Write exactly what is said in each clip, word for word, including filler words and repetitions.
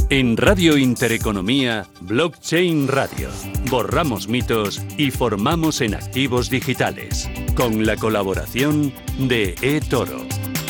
En Radio Intereconomía, Blockchain Radio. Borramos mitos y formamos en activos digitales. Con la colaboración de eToro.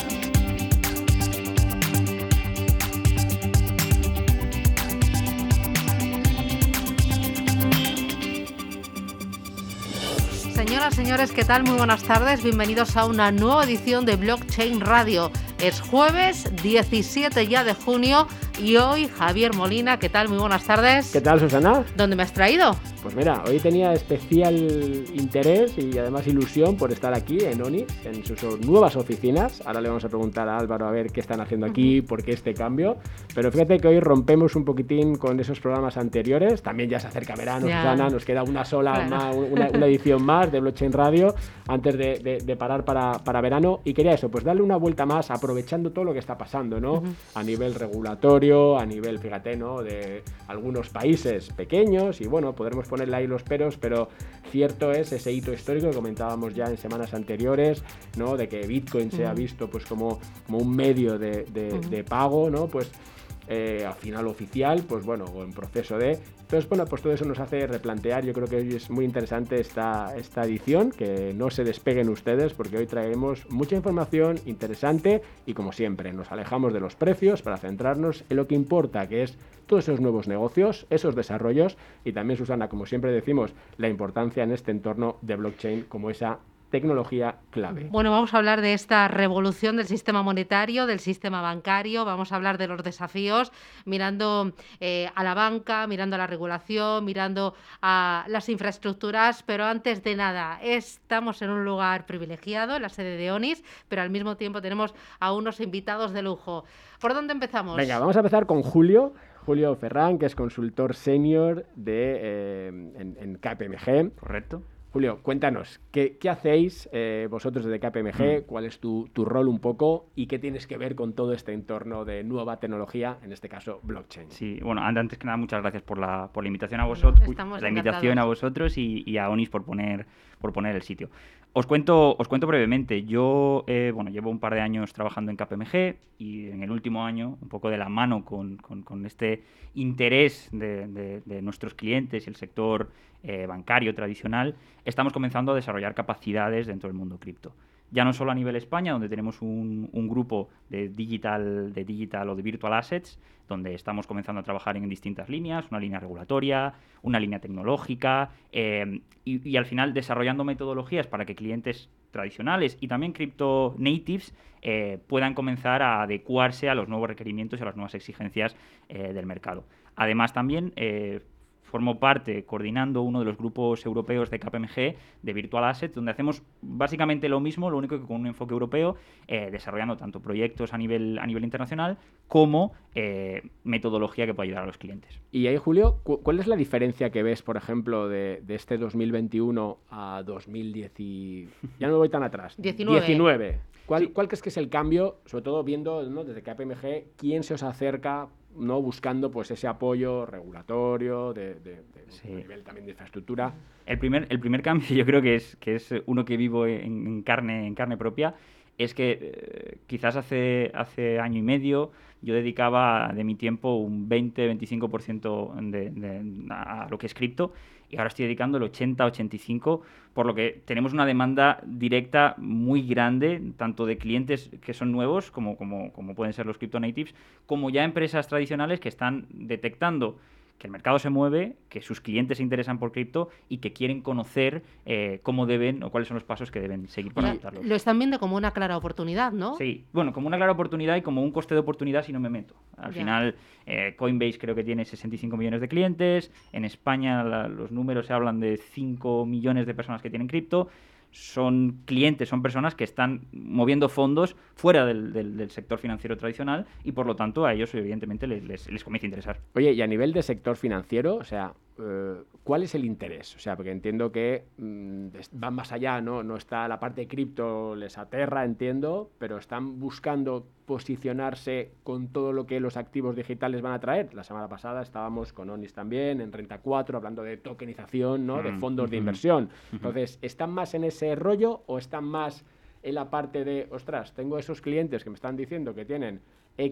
Señoras, señores, ¿qué tal? Muy buenas tardes. Bienvenidos a una nueva edición de Blockchain Radio. Es jueves diecisiete ya de junio y hoy Javier Molina, ¿qué tal? Muy buenas tardes. ¿Qué tal, Susana? ¿Dónde me has traído? Pues mira, hoy tenía especial interés y además ilusión por estar aquí en Onix, en sus nuevas oficinas. Ahora le vamos a preguntar a Álvaro a ver qué están haciendo aquí, uh-huh. por qué este cambio. Pero fíjate que hoy rompemos un poquitín con esos programas anteriores. También ya se acerca verano, ya. Susana, nos queda una sola, claro. más, una, una edición más de Blockchain Radio antes de, de, de parar para, para verano. Y quería eso, pues darle una vuelta más aprovechando todo lo que está pasando, ¿no? Uh-huh. A nivel regulatorio, a nivel, fíjate, ¿no? De algunos países pequeños y bueno, podremos ponerle ahí los peros, pero cierto es ese hito histórico que comentábamos ya en semanas anteriores, ¿no? De que Bitcoin uh-huh. se ha visto pues como, como un medio de, de, uh-huh. de pago, ¿no? Pues eh, al final oficial, pues bueno, o en proceso de... Entonces, bueno, pues todo eso nos hace replantear. Yo creo que hoy es muy interesante esta, esta edición, que no se despeguen ustedes porque hoy traemos mucha información interesante y como siempre nos alejamos de los precios para centrarnos en lo que importa, que es todos esos nuevos negocios, esos desarrollos y también, Susana, como siempre decimos, la importancia en este entorno de blockchain como esa tecnología clave. Bueno, vamos a hablar de esta revolución del sistema monetario, del sistema bancario, vamos a hablar de los desafíos, mirando eh, a la banca, mirando a la regulación, mirando a las infraestructuras, pero antes de nada, estamos en un lugar privilegiado, en la sede de Onix, pero al mismo tiempo tenemos a unos invitados de lujo. ¿Por dónde empezamos? Venga, vamos a empezar con Julio. Julio Ferrán, que es consultor senior de, eh, en, en K P M G. Correcto. Julio, cuéntanos, ¿qué, qué hacéis eh, vosotros desde K P M G? Mm. ¿Cuál es tu, tu rol un poco? ¿Y qué tienes que ver con todo este entorno de nueva tecnología, en este caso blockchain? Sí, bueno, antes que nada, muchas gracias por la, por la invitación a vosotros, Estamos la encantados. invitación a vosotros y, y a Onix por poner, por poner el sitio. Os cuento, os cuento brevemente. Yo eh, bueno, llevo un par de años trabajando en K P M G y en el último año, un poco de la mano con, con, con este interés de, de, de nuestros clientes y el sector eh, bancario tradicional, estamos comenzando a desarrollar capacidades dentro del mundo cripto. Ya no solo a nivel España, donde tenemos un, un grupo de digital, de digital o de virtual assets, donde estamos comenzando a trabajar en distintas líneas, una línea regulatoria, una línea tecnológica, eh, y, y al final desarrollando metodologías para que clientes tradicionales y también cripto natives eh, puedan comenzar a adecuarse a los nuevos requerimientos y a las nuevas exigencias eh, del mercado. Además también eh, formo parte, coordinando uno de los grupos europeos de K P M G de Virtual Assets, donde hacemos básicamente lo mismo, lo único que con un enfoque europeo, eh, desarrollando tanto proyectos a nivel, a nivel internacional como eh, metodología que pueda ayudar a los clientes. Y ahí, Julio, cu- ¿cuál es la diferencia que ves, por ejemplo, de, de este dos mil veintiuno a dos mil diez? Y... Ya no me voy tan atrás. diecinueve. diecinueve. ¿Cuál, Sí. ¿Cuál crees que es el cambio, sobre todo viendo, ¿no? Desde K P M G, quién se os acerca, ¿no? Buscando pues ese apoyo regulatorio de, de, de, Sí. a nivel también de infraestructura? El primer, el primer cambio, yo creo que es, que es uno que vivo en, en, carne, en carne propia, es que eh, quizás hace, hace año y medio yo dedicaba de mi tiempo un veinte a veinticinco por ciento de, de, a lo que es cripto y ahora estoy dedicando el ochenta a ochenta y cinco por ciento, por lo que tenemos una demanda directa muy grande, tanto de clientes que son nuevos, como, como, como pueden ser los crypto natives, como ya empresas tradicionales que están detectando que el mercado se mueve, que sus clientes se interesan por cripto y que quieren conocer eh, cómo deben o cuáles son los pasos que deben seguir para adoptarlos. Lo están viendo como una clara oportunidad, ¿no? Sí, bueno, como una clara oportunidad y como un coste de oportunidad si no me meto. Al Ya. final, eh, Coinbase creo que tiene sesenta y cinco millones de clientes, en España la, los números se hablan de cinco millones de personas que tienen cripto. Son clientes, son personas que están moviendo fondos fuera del, del, del sector financiero tradicional y por lo tanto a ellos evidentemente les, les, les comienza a interesar. Oye, y a nivel de sector financiero, o sea, eh, ¿cuál es el interés? O sea, porque entiendo que mmm, van más allá, ¿no? No está la parte de cripto, les aterra, entiendo, pero están buscando posicionarse con todo lo que los activos digitales van a traer. La semana pasada estábamos con Onix también, en Renta cuatro, hablando de tokenización, ¿no? Mm, de fondos uh-huh. de inversión. Uh-huh. Entonces, ¿están más en ese rollo o están más en la parte de, ostras, tengo esos clientes que me están diciendo que tienen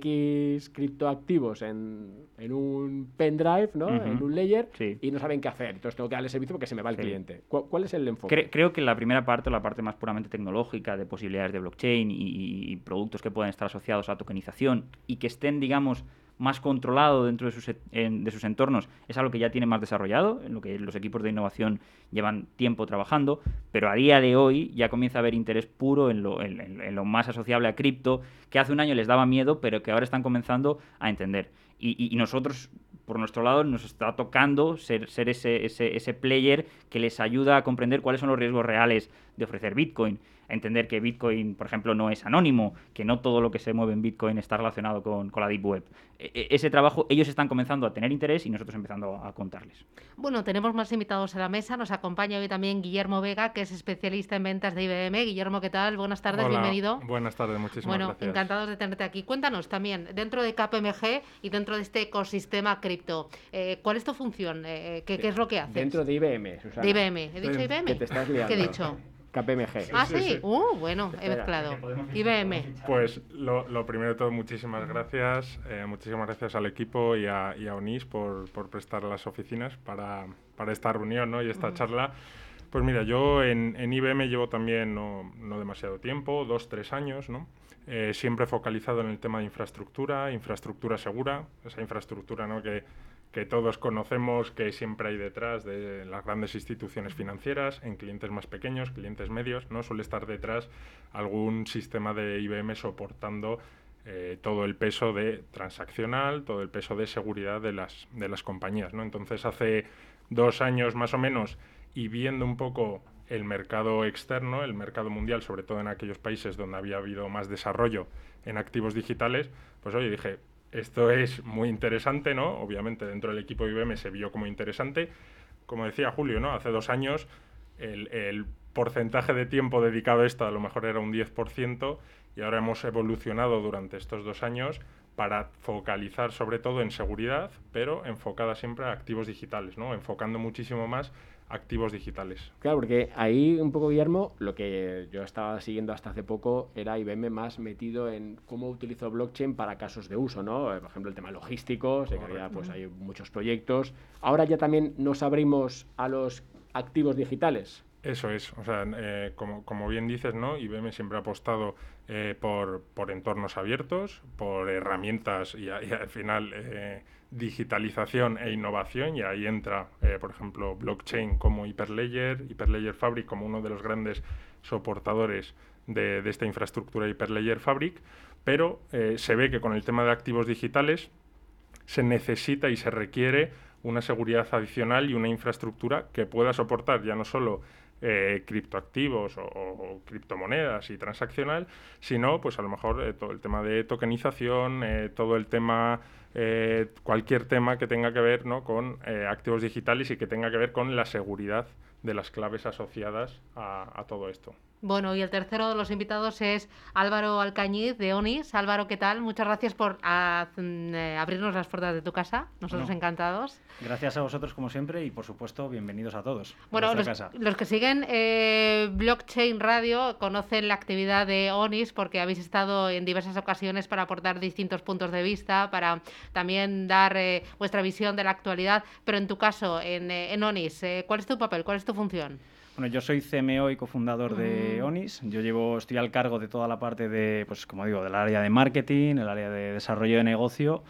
X criptoactivos en, en un pendrive, ¿no? Uh-huh. En un layer, sí. Y no saben qué hacer. Entonces tengo que darle servicio porque se me va el sí. cliente. ¿Cuál, ¿Cuál es el enfoque? Cre- creo que la primera parte, la parte más puramente tecnológica, de posibilidades de blockchain y, y productos que puedan estar asociados a la tokenización y que estén, digamos, más controlado dentro de sus, en, de sus entornos, es algo que ya tiene más desarrollado, en lo que los equipos de innovación llevan tiempo trabajando, pero a día de hoy ya comienza a haber interés puro en lo, en, en, en lo más asociable a cripto, que hace un año les daba miedo, pero que ahora están comenzando a entender. Y, y, y nosotros, por nuestro lado, nos está tocando ser, ser ese, ese, ese player que les ayuda a comprender cuáles son los riesgos reales de ofrecer Bitcoin, a entender que Bitcoin, por ejemplo, no es anónimo, que no todo lo que se mueve en Bitcoin está relacionado con, con la Deep Web. E- ese trabajo, ellos están comenzando a tener interés y nosotros empezando a contarles. Bueno, tenemos más invitados a la mesa. Nos acompaña hoy también Guillermo Vega, que es especialista en ventas de I B M. Guillermo, ¿qué tal? Buenas tardes, Hola, bienvenido. Buenas tardes, muchísimas bueno, gracias. Bueno, encantados de tenerte aquí. Cuéntanos también, dentro de K P M G y dentro de este ecosistema cripto, eh, ¿cuál es tu función? Eh, ¿qué, ¿Qué es lo que haces? Dentro de I B M, Susana. De I B M. ¿He dicho sí. I B M? Que te estás liando. ¿Qué he dicho? K P M G. Ah, sí. sí, sí. Uh, bueno, he mezclado. I B M. Pues lo, lo primero de todo, muchísimas gracias. Eh, muchísimas gracias al equipo y a, y a Onís por, por prestar las oficinas para, para esta reunión, ¿no? Y esta uh-huh. charla. Pues mira, yo en, en I B M llevo también no, no demasiado tiempo, dos, tres años, ¿no? Eh, siempre focalizado en el tema de infraestructura, infraestructura segura, esa infraestructura, ¿no? que que todos conocemos que siempre hay detrás de las grandes instituciones financieras, en clientes más pequeños, clientes medios, ¿no? Suele estar detrás algún sistema de I B M soportando eh, todo el peso de transaccional, todo el peso de seguridad de las, de las compañías, ¿no? Entonces, hace dos años más o menos, y viendo un poco el mercado externo, el mercado mundial, sobre todo en aquellos países donde había habido más desarrollo en activos digitales, pues oye, dije, esto es muy interesante, ¿no? Obviamente dentro del equipo de I B M se vio como interesante. Como decía Julio, ¿no? Hace dos años el, el porcentaje de tiempo dedicado a esto a lo mejor era un diez por ciento y ahora hemos evolucionado durante estos dos años para focalizar sobre todo en seguridad, pero enfocada siempre a activos digitales, ¿no? Enfocando muchísimo más activos digitales. Claro, porque ahí un poco, Guillermo, lo que yo estaba siguiendo hasta hace poco era I B M más metido en cómo utilizo blockchain para casos de uso, ¿no? Por ejemplo, el tema logístico, sé que ya, pues hay muchos proyectos. Ahora ya también nos abrimos a los activos digitales. Eso es, o sea, eh, como, como bien dices, ¿no? I B M siempre ha apostado eh, por, por entornos abiertos, por herramientas y, y al final eh, digitalización e innovación, y ahí entra, eh, por ejemplo, blockchain como Hyperledger, Hyperledger Fabric como uno de los grandes soportadores de, de esta infraestructura Hyperledger Fabric, pero eh, se ve que con el tema de activos digitales se necesita y se requiere una seguridad adicional y una infraestructura que pueda soportar ya no solo eh, criptoactivos o, o criptomonedas y transaccional, sino pues a lo mejor eh, todo el tema de tokenización, eh, todo el tema, eh, cualquier tema que tenga que ver, ¿no? con eh, activos digitales y que tenga que ver con la seguridad de las claves asociadas a, a todo esto. Bueno, y el tercero de los invitados es Álvaro Alcañiz, de Onís. Álvaro, ¿qué tal? Muchas gracias por a, eh, abrirnos las puertas de tu casa. Nosotros bueno, encantados. Gracias a vosotros, como siempre, y por supuesto, bienvenidos a todos. Bueno, a los, casa. los que siguen eh, Blockchain Radio conocen la actividad de Onís porque habéis estado en diversas ocasiones para aportar distintos puntos de vista, para también dar eh, vuestra visión de la actualidad. Pero en tu caso, en, eh, en Onís, eh, ¿cuál es tu papel? ¿Cuál es tu función? Bueno, yo soy C M O y cofundador de Onís. Yo llevo, estoy al cargo de toda la parte de, pues como digo, del área de marketing, el área de desarrollo de negocio,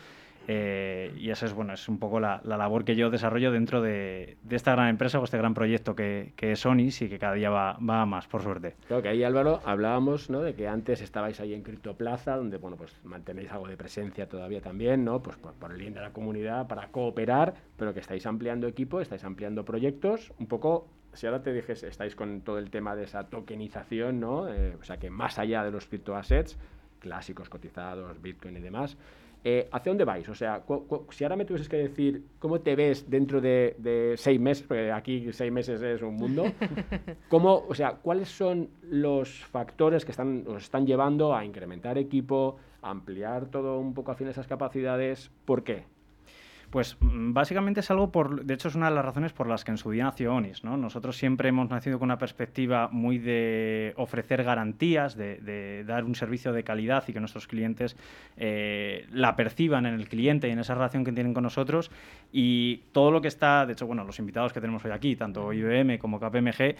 eh, y esa es, bueno, es un poco la, la labor que yo desarrollo dentro de, de esta gran empresa o este gran proyecto que, que es Onís y que cada día va, va a más, por suerte. Claro que ahí, Álvaro, hablábamos, ¿no? de que antes estabais ahí en Criptoplaza, donde, bueno, pues mantenéis algo de presencia todavía también, ¿no? Pues por, por el bien de la comunidad, para cooperar, pero que estáis ampliando equipo, estáis ampliando proyectos, un poco. Si ahora te dijes, estáis con todo el tema de esa tokenización, ¿no? Eh, o sea, que más allá de los criptoassets, clásicos, cotizados, Bitcoin y demás, eh, ¿hacia dónde vais? O sea, cu- cu- si ahora me tuvieses que decir cómo te ves dentro de, de seis meses, porque aquí seis meses es un mundo, ¿cómo, o sea, ¿cuáles son los factores que están, os están llevando a incrementar equipo, a ampliar todo un poco al fin esas capacidades? ¿Por qué? Pues básicamente es algo, por, de hecho es una de las razones por las que en su día nació Onis, ¿no? Nosotros siempre hemos nacido con una perspectiva muy de ofrecer garantías, de, de dar un servicio de calidad y que nuestros clientes eh, la perciban en el cliente y en esa relación que tienen con nosotros, y todo lo que está, de hecho, bueno, los invitados que tenemos hoy aquí, tanto I B M como K P M G,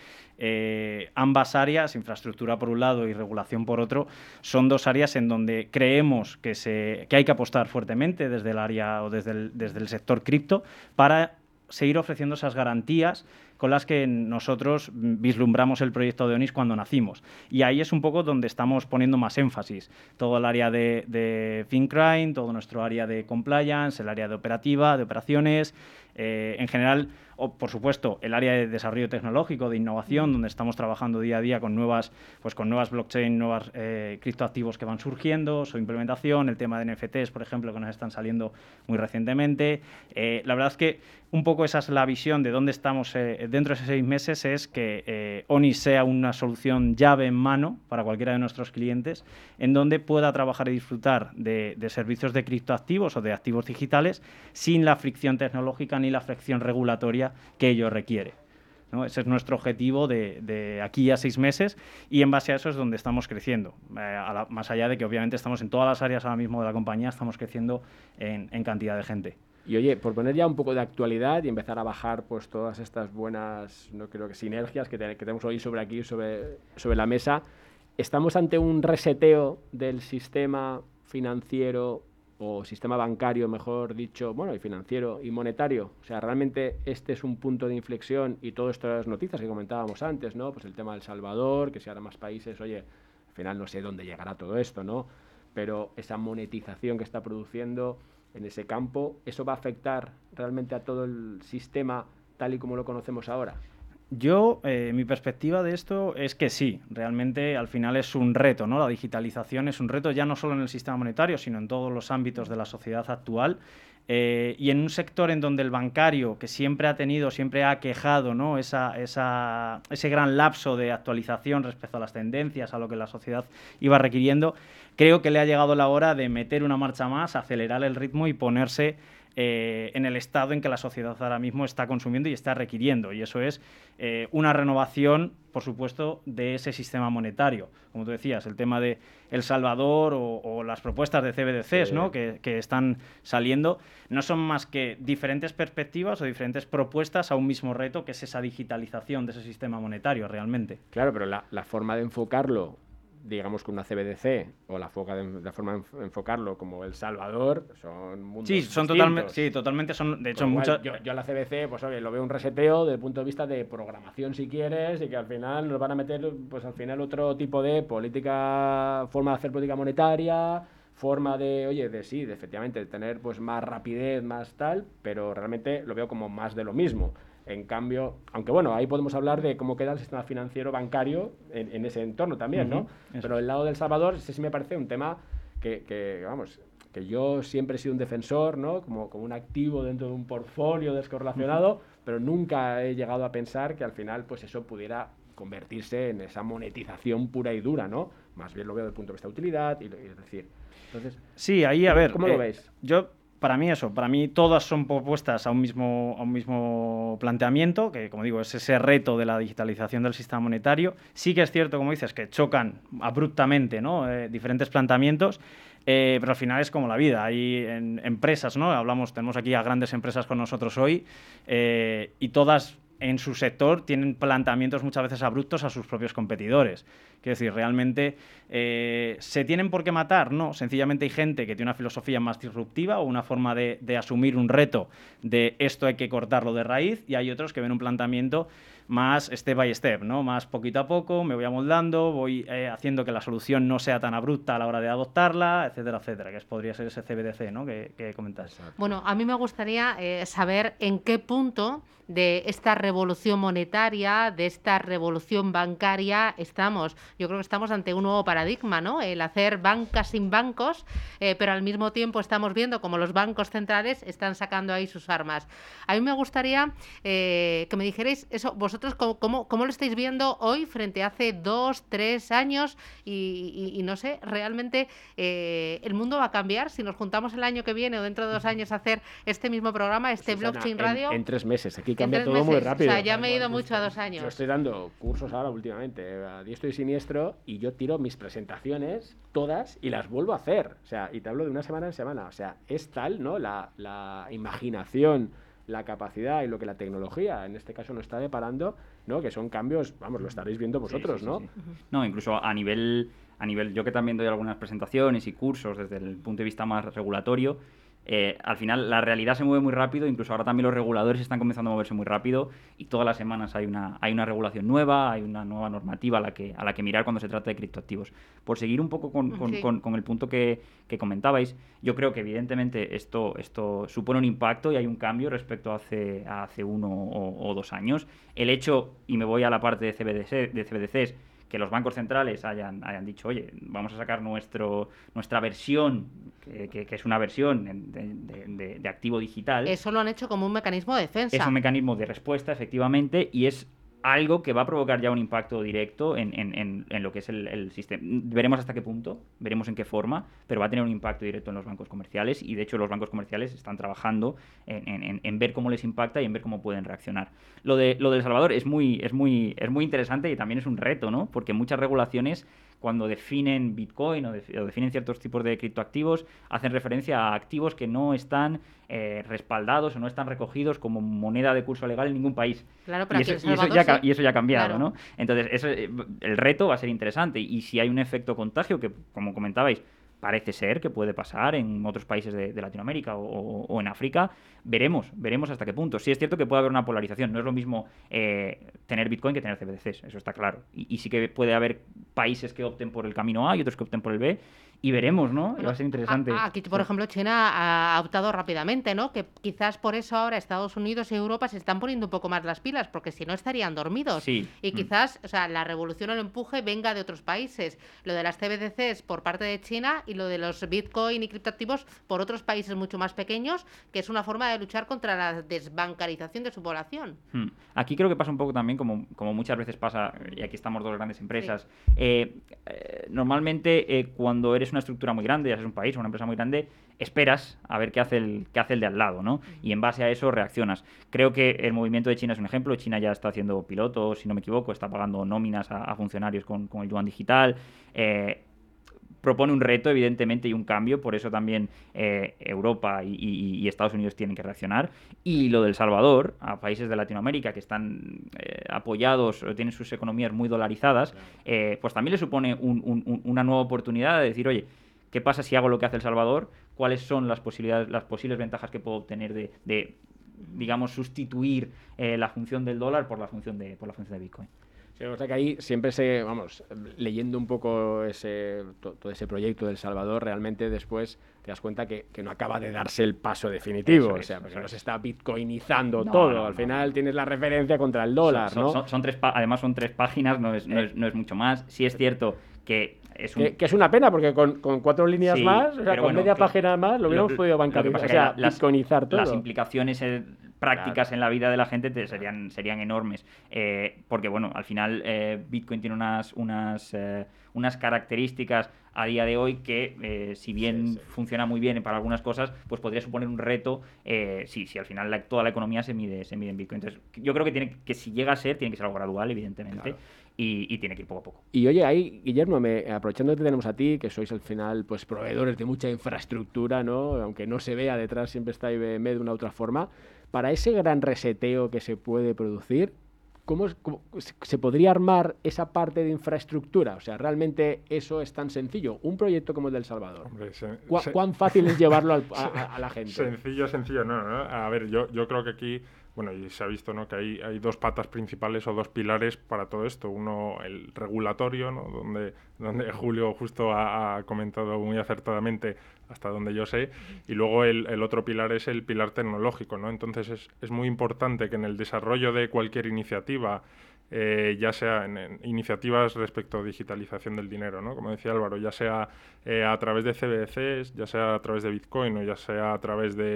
eh, ambas áreas, infraestructura por un lado y regulación por otro, son dos áreas en donde creemos que, se, que hay que apostar fuertemente desde el área o desde el, desde el sector cripto para seguir ofreciendo esas garantías con las que nosotros vislumbramos el proyecto de Onis cuando nacimos. Y ahí es un poco donde estamos poniendo más énfasis. Todo el área de, de FinCrime, todo nuestro área de compliance, el área de operativa, de operaciones, eh, en general, o, por supuesto, el área de desarrollo tecnológico, de innovación, donde estamos trabajando día a día con nuevas, pues con nuevas blockchain, nuevos eh, criptoactivos que van surgiendo, su implementación, el tema de N F Ts, por ejemplo, que nos están saliendo muy recientemente. Eh, la verdad es que un poco esa es la visión de dónde estamos eh, dentro de esos seis meses, es que eh, Onis sea una solución llave en mano para cualquiera de nuestros clientes, en donde pueda trabajar y disfrutar de, de servicios de criptoactivos o de activos digitales sin la fricción tecnológica ni la fricción regulatoria que ello requiere, ¿no? Ese es nuestro objetivo de, de aquí a seis meses y en base a eso es donde estamos creciendo. Eh, a la, más allá de que obviamente estamos en todas las áreas ahora mismo de la compañía, estamos creciendo en, en cantidad de gente. Y oye, por poner ya un poco de actualidad y empezar a bajar pues todas estas buenas, no creo que sinergias que, te, que tenemos hoy sobre aquí, sobre, sobre la mesa, ¿estamos ante un reseteo del sistema financiero o sistema bancario, mejor dicho, bueno, y financiero y monetario? O sea, realmente este es un punto de inflexión y todas estas noticias que comentábamos antes, ¿no? Pues el tema del Salvador, que si ahora más países, oye, al final no sé dónde llegará todo esto, ¿no? Pero esa monetización que está produciendo en ese campo, ¿eso va a afectar realmente a todo el sistema tal y como lo conocemos ahora? Yo, eh, mi perspectiva de esto es que sí, realmente al final es un reto, ¿no? La digitalización es un reto ya no solo en el sistema monetario, sino en todos los ámbitos de la sociedad actual. Eh, y en un sector en donde el bancario, que siempre ha tenido, siempre ha quejado, ¿no? esa, esa, ese gran lapso de actualización respecto a las tendencias, a lo que la sociedad iba requiriendo, creo que le ha llegado la hora de meter una marcha más, acelerar el ritmo y ponerse eh, en el estado en que la sociedad ahora mismo está consumiendo y está requiriendo. Y eso es eh, una renovación, por supuesto, de ese sistema monetario. Como tú decías, el tema de El Salvador o, o las propuestas de C B D Cs, sí, ¿no? que, que están saliendo, no son más que diferentes perspectivas o diferentes propuestas a un mismo reto, que es esa digitalización de ese sistema monetario realmente. Claro, pero la, la forma de enfocarlo, digamos, con una C B D C o la, foca de, la forma de enfocarlo como El Salvador, son mundos sí, son distintos. Totalmente, sí, totalmente son, de hecho, muchas... Yo, yo a la C B D C, pues oye, lo veo un reseteo desde el punto de vista de programación, si quieres, y que al final nos van a meter, pues al final otro tipo de política, forma de hacer política monetaria, forma de, oye, de sí, de efectivamente, de tener pues más rapidez, más tal, pero realmente lo veo como más de lo mismo. En cambio, aunque bueno, ahí podemos hablar de cómo queda el sistema financiero bancario en, en ese entorno también, ¿no? Uh-huh. Pero el lado del Salvador, ese sí me parece un tema que, que, vamos, que yo siempre he sido un defensor, ¿no? Como, como un activo dentro de un portfolio descorrelacionado, uh-huh. pero nunca he llegado a pensar que al final, pues eso pudiera convertirse en esa monetización pura y dura, ¿no? Más bien lo veo desde el punto de vista de utilidad, y, y es decir, entonces... Sí, ahí, a ver... ¿Cómo eh, lo veis? Yo... Para mí eso, para mí todas son propuestas a un mismo, a un mismo planteamiento, que como digo es ese reto de la digitalización del sistema monetario. Sí que es cierto, como dices, que chocan abruptamente, ¿no? eh, diferentes planteamientos, eh, pero al final es como la vida. Hay en, empresas, ¿no? Hablamos, tenemos aquí a grandes empresas con nosotros hoy eh, y todas en su sector tienen planteamientos muchas veces abruptos a sus propios competidores. Quiero decir, realmente eh, ¿se tienen por qué matar? No, sencillamente hay gente que tiene una filosofía más disruptiva o una forma de, de asumir un reto de esto hay que cortarlo de raíz, y hay otros que ven un planteamiento más step by step, ¿no? Más poquito a poco, me voy amoldando, voy eh, haciendo que la solución no sea tan abrupta a la hora de adoptarla, etcétera, etcétera, que podría ser ese C B D C, ¿no? que, que comentas. Bueno, a mí me gustaría eh, saber en qué punto de esta revolución monetaria, de esta revolución bancaria estamos. Yo creo que estamos ante un nuevo paradigma, ¿no? El hacer banca sin bancos, eh, pero al mismo tiempo estamos viendo como los bancos centrales están sacando ahí sus armas. A mí me gustaría eh, que me dijerais eso, vosotros vosotros cómo, cómo, cómo lo estáis viendo hoy frente a hace dos, tres años y, y, y no sé, realmente eh, el mundo va a cambiar si nos juntamos el año que viene o dentro de dos años a hacer este mismo programa, este Susana, Blockchain en, Radio. En tres meses, aquí cambia todo meses. muy rápido. O sea, ya me he ido mucho a dos años. Yo estoy dando cursos ahora últimamente, a diestro y siniestro, y yo tiro mis presentaciones todas y las vuelvo a hacer. O sea, y te hablo de una semana en semana. O sea, es tal, ¿no? La, la imaginación, la capacidad y lo que la tecnología en este caso nos está deparando, ¿no? Que son cambios, vamos, lo estaréis viendo vosotros, sí, sí, ¿no? Sí, sí. No, incluso a nivel, a nivel, yo que también doy algunas presentaciones y cursos desde el punto de vista más regulatorio, eh, al final la realidad se mueve muy rápido, incluso ahora también los reguladores están comenzando a moverse muy rápido y todas las semanas hay una, hay una regulación nueva, hay una nueva normativa a la que, a la que mirar cuando se trata de criptoactivos. Por seguir un poco con, con, sí. con, con el punto que, que comentabais, yo creo que evidentemente esto, esto supone un impacto y hay un cambio respecto a hace, a hace uno o, o dos años. El hecho, y me voy a la parte de C B D C, de C B D Cs, que los bancos centrales hayan, hayan dicho, oye, vamos a sacar nuestro, nuestra versión, que, que, que es una versión de, de, de, de activo digital. Eso lo han hecho como un mecanismo de defensa. Es un mecanismo de respuesta, efectivamente, y es algo que va a provocar ya un impacto directo en, en, en, en lo que es el, el sistema. Veremos hasta qué punto, veremos en qué forma, pero va a tener un impacto directo en los bancos comerciales y de hecho los bancos comerciales están trabajando en, en, en ver cómo les impacta y en ver cómo pueden reaccionar. Lo de lo de El Salvador es muy, es muy, es muy interesante y también es un reto, ¿no? Porque muchas regulaciones, cuando definen Bitcoin o, de, o definen ciertos tipos de criptoactivos, hacen referencia a activos que no están eh, respaldados o no están recogidos como moneda de curso legal en ningún país. Claro, pero y, aquí eso, El y, eso Salvador ya, sí. y eso ya ha cambiado, Claro. ¿no? Entonces, eso, el reto va a ser interesante. Y si hay un efecto contagio, que como comentabais, parece ser que puede pasar en otros países de, de Latinoamérica o, o, o en África, veremos, veremos hasta qué punto. Sí es cierto que puede haber una polarización, no es lo mismo eh, tener Bitcoin que tener C B D Cs, eso está claro. Y, y sí que puede haber países que opten por el camino A y otros que opten por el B, y veremos, ¿no? Bueno, va a ser interesante. a- aquí, por Sí. ejemplo, China ha optado rápidamente, ¿no? Que quizás por eso ahora Estados Unidos y Europa se están poniendo un poco más las pilas, porque si no estarían dormidos. Sí. Y Mm. quizás, o sea, la revolución o el empuje venga de otros países. Lo de las C B D Cs por parte de China y lo de los Bitcoin y criptoactivos por otros países mucho más pequeños, que es una forma de luchar contra la desbancarización de su población. Hmm. Aquí creo que pasa un poco también, como, como muchas veces pasa, y aquí estamos dos grandes empresas. Eh, eh, normalmente, eh, cuando eres una estructura muy grande, ya seas un país o una empresa muy grande, esperas a ver qué hace el, qué hace el de al lado, ¿no? Y en base a eso reaccionas. Creo que el movimiento de China es un ejemplo. China ya está haciendo pilotos, si no me equivoco, está pagando nóminas a, a funcionarios con, con el yuan digital. Eh, propone un reto, evidentemente, y un cambio, por eso también eh, Europa y, y, y Estados Unidos tienen que reaccionar. Y lo del Salvador, a países de Latinoamérica que están eh, apoyados o tienen sus economías muy dolarizadas, eh, pues también le supone un, un, una nueva oportunidad de decir, oye, ¿qué pasa si hago lo que hace El Salvador? ¿Cuáles son las posibilidades, las posibles ventajas que puedo obtener de, de digamos, sustituir eh, la función del dólar por la función de, por la función de Bitcoin? Sí, o sea que ahí siempre se, vamos, leyendo un poco ese, to, todo ese proyecto del Salvador, realmente después te das cuenta que, que no acaba de darse el paso definitivo, Es, o sea, porque no no se está bitcoinizando no, todo, no, al no, final no. tienes la referencia contra el dólar, son, ¿no? Son, son tres pa además son tres páginas, no es, no, es, no es mucho más. Sí es cierto que es un... Que, que es una pena, porque con, con cuatro líneas Sí, más, o sea, pero con bueno, media claro, página más, lo hubiéramos lo- podido lo que bancarizar, pasa o que sea, las- bitcoinizar todo. Las implicaciones eh, prácticas Claro. en la vida de la gente te serían, serían enormes. Eh, porque, bueno, al final eh, Bitcoin tiene unas, unas, eh, unas características a día de hoy que, eh, si bien Sí, sí. funciona muy bien para algunas cosas, pues podría suponer un reto eh, si, si al final la- toda la economía se mide, se mide en Bitcoin. Entonces, yo creo que, tiene, que si llega a ser, tiene que ser algo gradual, evidentemente, Claro. y, y tiene que ir poco a poco. Y oye, ahí, Guillermo, me, aprovechando que te tenemos a ti, que sois al final pues proveedores de mucha infraestructura, ¿no? Aunque no se vea detrás, siempre está I B M de una u otra forma. Para ese gran reseteo que se puede producir, ¿cómo, es- cómo se podría armar esa parte de infraestructura? O sea, ¿realmente eso es tan sencillo? Un proyecto como el del Salvador. Hombre, se- ¿Cu- se- ¿Cuán fácil es llevarlo al- a, a- a la gente? Sencillo, sencillo, no, no. A ver, yo, yo creo que aquí, bueno, y se ha visto, ¿no? Que hay, hay dos patas principales o dos pilares para todo esto. Uno, el regulatorio, ¿no? Donde, donde Julio justo ha, ha comentado muy acertadamente, hasta donde yo sé, y luego el, el otro pilar es el pilar tecnológico, ¿no? Entonces es, es muy importante que en el desarrollo de cualquier iniciativa, Eh, ya sea en, en iniciativas respecto a digitalización del dinero, ¿no? Como decía Álvaro, ya sea eh, a través de C B D Cs, ya sea a través de Bitcoin o ya sea a través de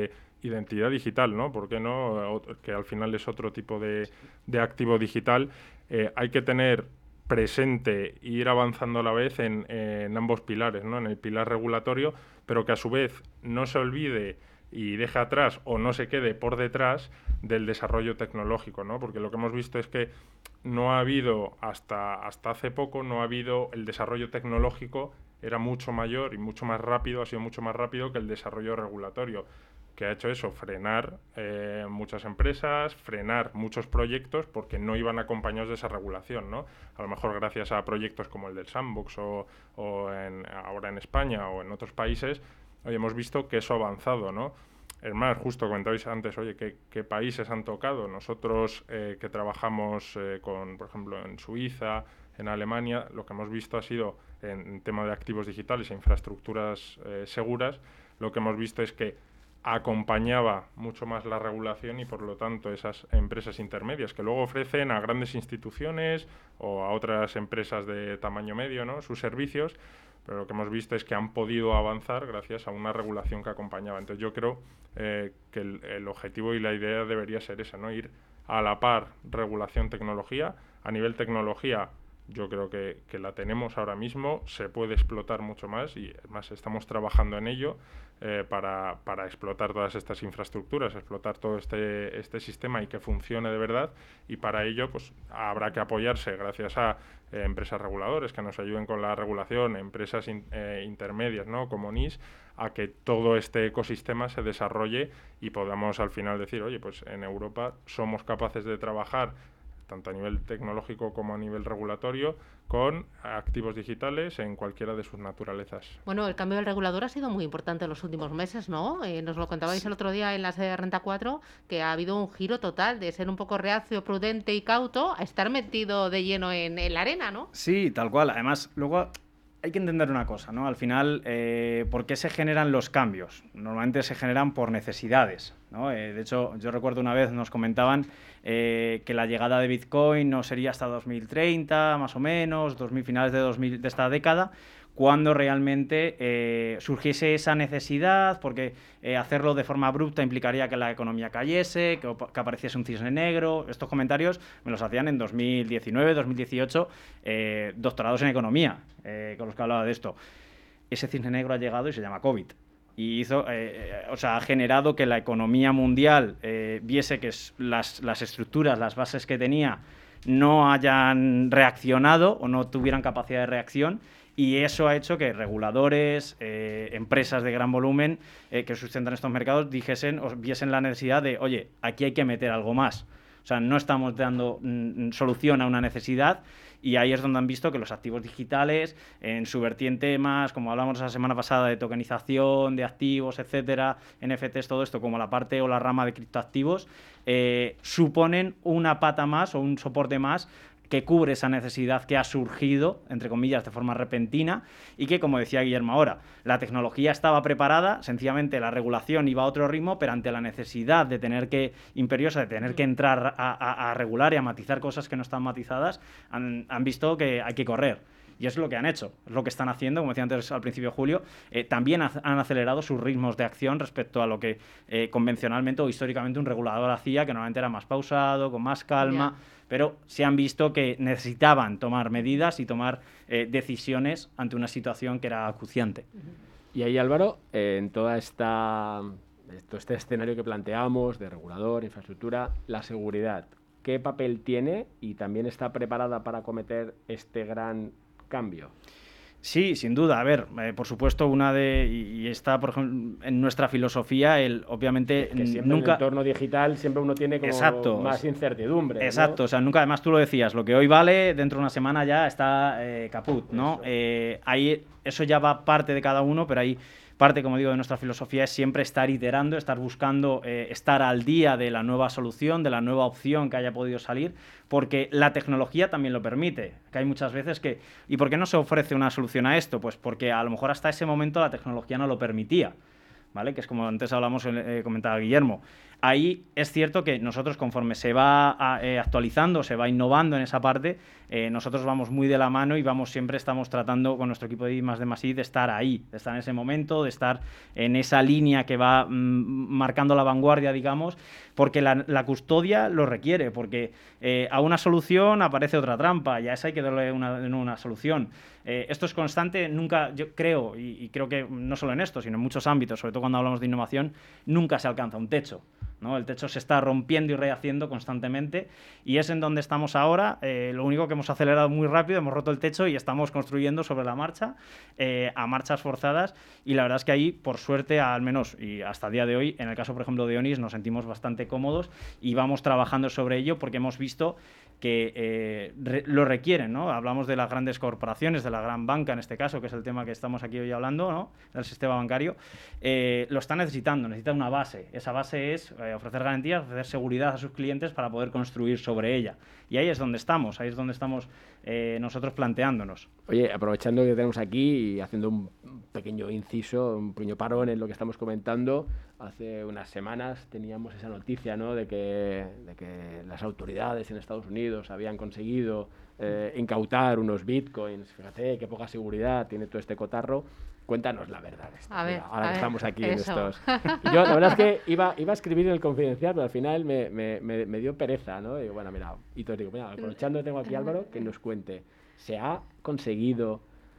identidad digital, ¿no? ¿Por qué no? Que al final es otro tipo de, de activo digital. Eh, hay que tener presente e ir avanzando a la vez en, en ambos pilares, ¿no? En el pilar regulatorio, pero que a su vez no se olvide y deje atrás o no se quede por detrás del desarrollo tecnológico, ¿no? Porque lo que hemos visto es que no ha habido, hasta, hasta hace poco, no ha habido el desarrollo tecnológico, era mucho mayor y mucho más rápido, ha sido mucho más rápido que el desarrollo regulatorio, que ha hecho eso, frenar eh, muchas empresas, frenar muchos proyectos porque no iban acompañados de esa regulación, ¿no? A lo mejor gracias a proyectos como el del Sandbox o, o en, ahora en España o en otros países, hoy hemos visto que eso ha avanzado, ¿no? Es más, justo comentabais antes, oye, ¿qué, qué países han tocado? Nosotros eh, que trabajamos eh, con, por ejemplo, en Suiza, en Alemania, lo que hemos visto ha sido, en, en tema de activos digitales e infraestructuras eh, seguras, lo que hemos visto es que acompañaba mucho más la regulación y, por lo tanto, esas empresas intermedias que luego ofrecen a grandes instituciones o a otras empresas de tamaño medio, ¿no?, sus servicios, pero lo que hemos visto es que han podido avanzar gracias a una regulación que acompañaba. Entonces yo creo eh, que el, el objetivo y la idea debería ser esa, ¿no?, ir a la par regulación-tecnología. A nivel tecnología yo creo que, que la tenemos ahora mismo, se puede explotar mucho más y además estamos trabajando en ello eh, para, para explotar todas estas infraestructuras, explotar todo este, este sistema y que funcione de verdad, y para ello pues habrá que apoyarse gracias a eh, empresas reguladoras que nos ayuden con la regulación, empresas in, eh, intermedias, ¿no?, como N I S, a que todo este ecosistema se desarrolle y podamos al final decir, oye, pues en Europa somos capaces de trabajar tanto a nivel tecnológico como a nivel regulatorio, con activos digitales en cualquiera de sus naturalezas. Bueno, el cambio del regulador ha sido muy importante en los últimos meses, ¿no? Eh, nos lo contabais sí. el otro día en la sede de Renta cuatro, que ha habido un giro total de ser un poco reacio, prudente y cauto a estar metido de lleno en, en la arena, ¿no? Sí, tal cual. Además, luego hay que entender una cosa, ¿no? Al final, eh, ¿por qué se generan los cambios? Normalmente se generan por necesidades, ¿no? Eh, de hecho, yo recuerdo una vez nos comentaban eh, que la llegada de Bitcoin no sería hasta dos mil treinta, más o menos, dos mil, finales de, dos mil, de esta década, cuando realmente eh, surgiese esa necesidad, porque eh, hacerlo de forma abrupta implicaría que la economía cayese, que, que apareciese un cisne negro. Estos comentarios me los hacían en dos mil diecinueve, dos mil dieciocho, eh, doctorados en economía, eh, con los que hablaba de esto. Ese cisne negro ha llegado y se llama COVID. Y hizo, eh, o sea, ha generado que la economía mundial eh, viese que las, las estructuras, las bases que tenía, no hayan reaccionado o no tuvieran capacidad de reacción. Y eso ha hecho que reguladores, eh, empresas de gran volumen eh, que sustentan estos mercados dijesen o viesen la necesidad de, oye, aquí hay que meter algo más. O sea, no estamos dando mm, solución a una necesidad, y ahí es donde han visto que los activos digitales, en su vertiente más, como hablamos la semana pasada, de tokenización, de activos, etcétera, N F Ts, todo esto, como la parte o la rama de criptoactivos, eh, suponen una pata más o un soporte más que cubre esa necesidad que ha surgido, entre comillas, de forma repentina, y que, como decía Guillermo ahora, la tecnología estaba preparada, sencillamente la regulación iba a otro ritmo, pero ante la necesidad de tener que, imperiosa, de tener que entrar a, a, a regular y a matizar cosas que no están matizadas, han, han visto que hay que correr. Y es lo que han hecho, es lo que están haciendo, como decía antes al principio de Julio, eh, también han acelerado sus ritmos de acción respecto a lo que eh, convencionalmente o históricamente un regulador hacía, que normalmente era más pausado, con más calma, yeah. Pero se han visto que necesitaban tomar medidas y tomar eh, decisiones ante una situación que era acuciante. Y ahí, Álvaro, eh, en toda esta, todo este escenario que planteamos de regulador, infraestructura, la seguridad, ¿qué papel tiene y también está preparada para acometer este gran cambio? Sí, sin duda. A ver, eh, por supuesto, una de y está, por ejemplo, en nuestra filosofía, el obviamente que siempre nunca. En el entorno digital siempre uno tiene como Exacto. más incertidumbre. Exacto, ¿no? O sea, nunca, además tú lo decías, lo que hoy vale, dentro de una semana ya está eh, caput, ¿no? Eh, ahí eso ya va parte de cada uno, pero ahí parte, como digo, de nuestra filosofía es siempre estar iterando, estar buscando, eh, estar al día de la nueva solución, de la nueva opción que haya podido salir, porque la tecnología también lo permite. Que hay muchas veces que... ¿Y por qué no se ofrece una solución a esto? Pues porque a lo mejor hasta ese momento la tecnología no lo permitía. ¿vale? Que es como antes hablamos, eh, comentaba Guillermo. Ahí es cierto que nosotros, conforme se va a, eh, actualizando, se va innovando en esa parte, eh, nosotros vamos muy de la mano y vamos siempre estamos tratando con nuestro equipo de I más D más I de estar ahí, de estar en ese momento, de estar en esa línea que va mm, marcando la vanguardia, digamos, porque la, la custodia lo requiere, porque eh, a una solución aparece otra trampa y a esa hay que darle una, una solución. Eh, esto es constante, nunca, yo creo, y, y creo que no solo en esto, sino en muchos ámbitos, sobre todo cuando hablamos de innovación, nunca se alcanza un techo, ¿no? El techo se está rompiendo y rehaciendo constantemente y es en donde estamos ahora. Eh, lo único que hemos acelerado muy rápido, hemos roto el techo y estamos construyendo sobre la marcha, eh, a marchas forzadas, y la verdad es que ahí, por suerte, al menos y hasta el día de hoy, en el caso, por ejemplo, de Onis, nos sentimos bastante cómodos y vamos trabajando sobre ello porque hemos visto que eh, re, lo requieren, ¿no? Hablamos de las grandes corporaciones, de la gran banca en este caso, que es el tema que estamos aquí hoy hablando, ¿no? Del sistema bancario, eh, lo está necesitando, necesita una base. Esa base es eh, ofrecer garantías, ofrecer seguridad a sus clientes para poder construir sobre ella. Y ahí es donde estamos, ahí es donde estamos eh, nosotros planteándonos. Oye, aprovechando que tenemos aquí y haciendo un pequeño inciso, un pequeño parón en lo que estamos comentando, hace unas semanas teníamos esa noticia, ¿no?, de que, de que las autoridades en Estados Unidos habían conseguido eh, incautar unos bitcoins. Fíjate qué poca seguridad tiene todo este cotarro. Cuéntanos la verdad. Esta, a ver, mira, ahora a que ver, estamos aquí eso. en estos. Y yo, la verdad es que iba, iba a escribir en el Confidencial, pero al final me, me, me, me dio pereza, ¿no? Y bueno, mira, y te digo, mira, aprovechando tengo aquí a Álvaro, que nos cuente. ¿Se ha conseguido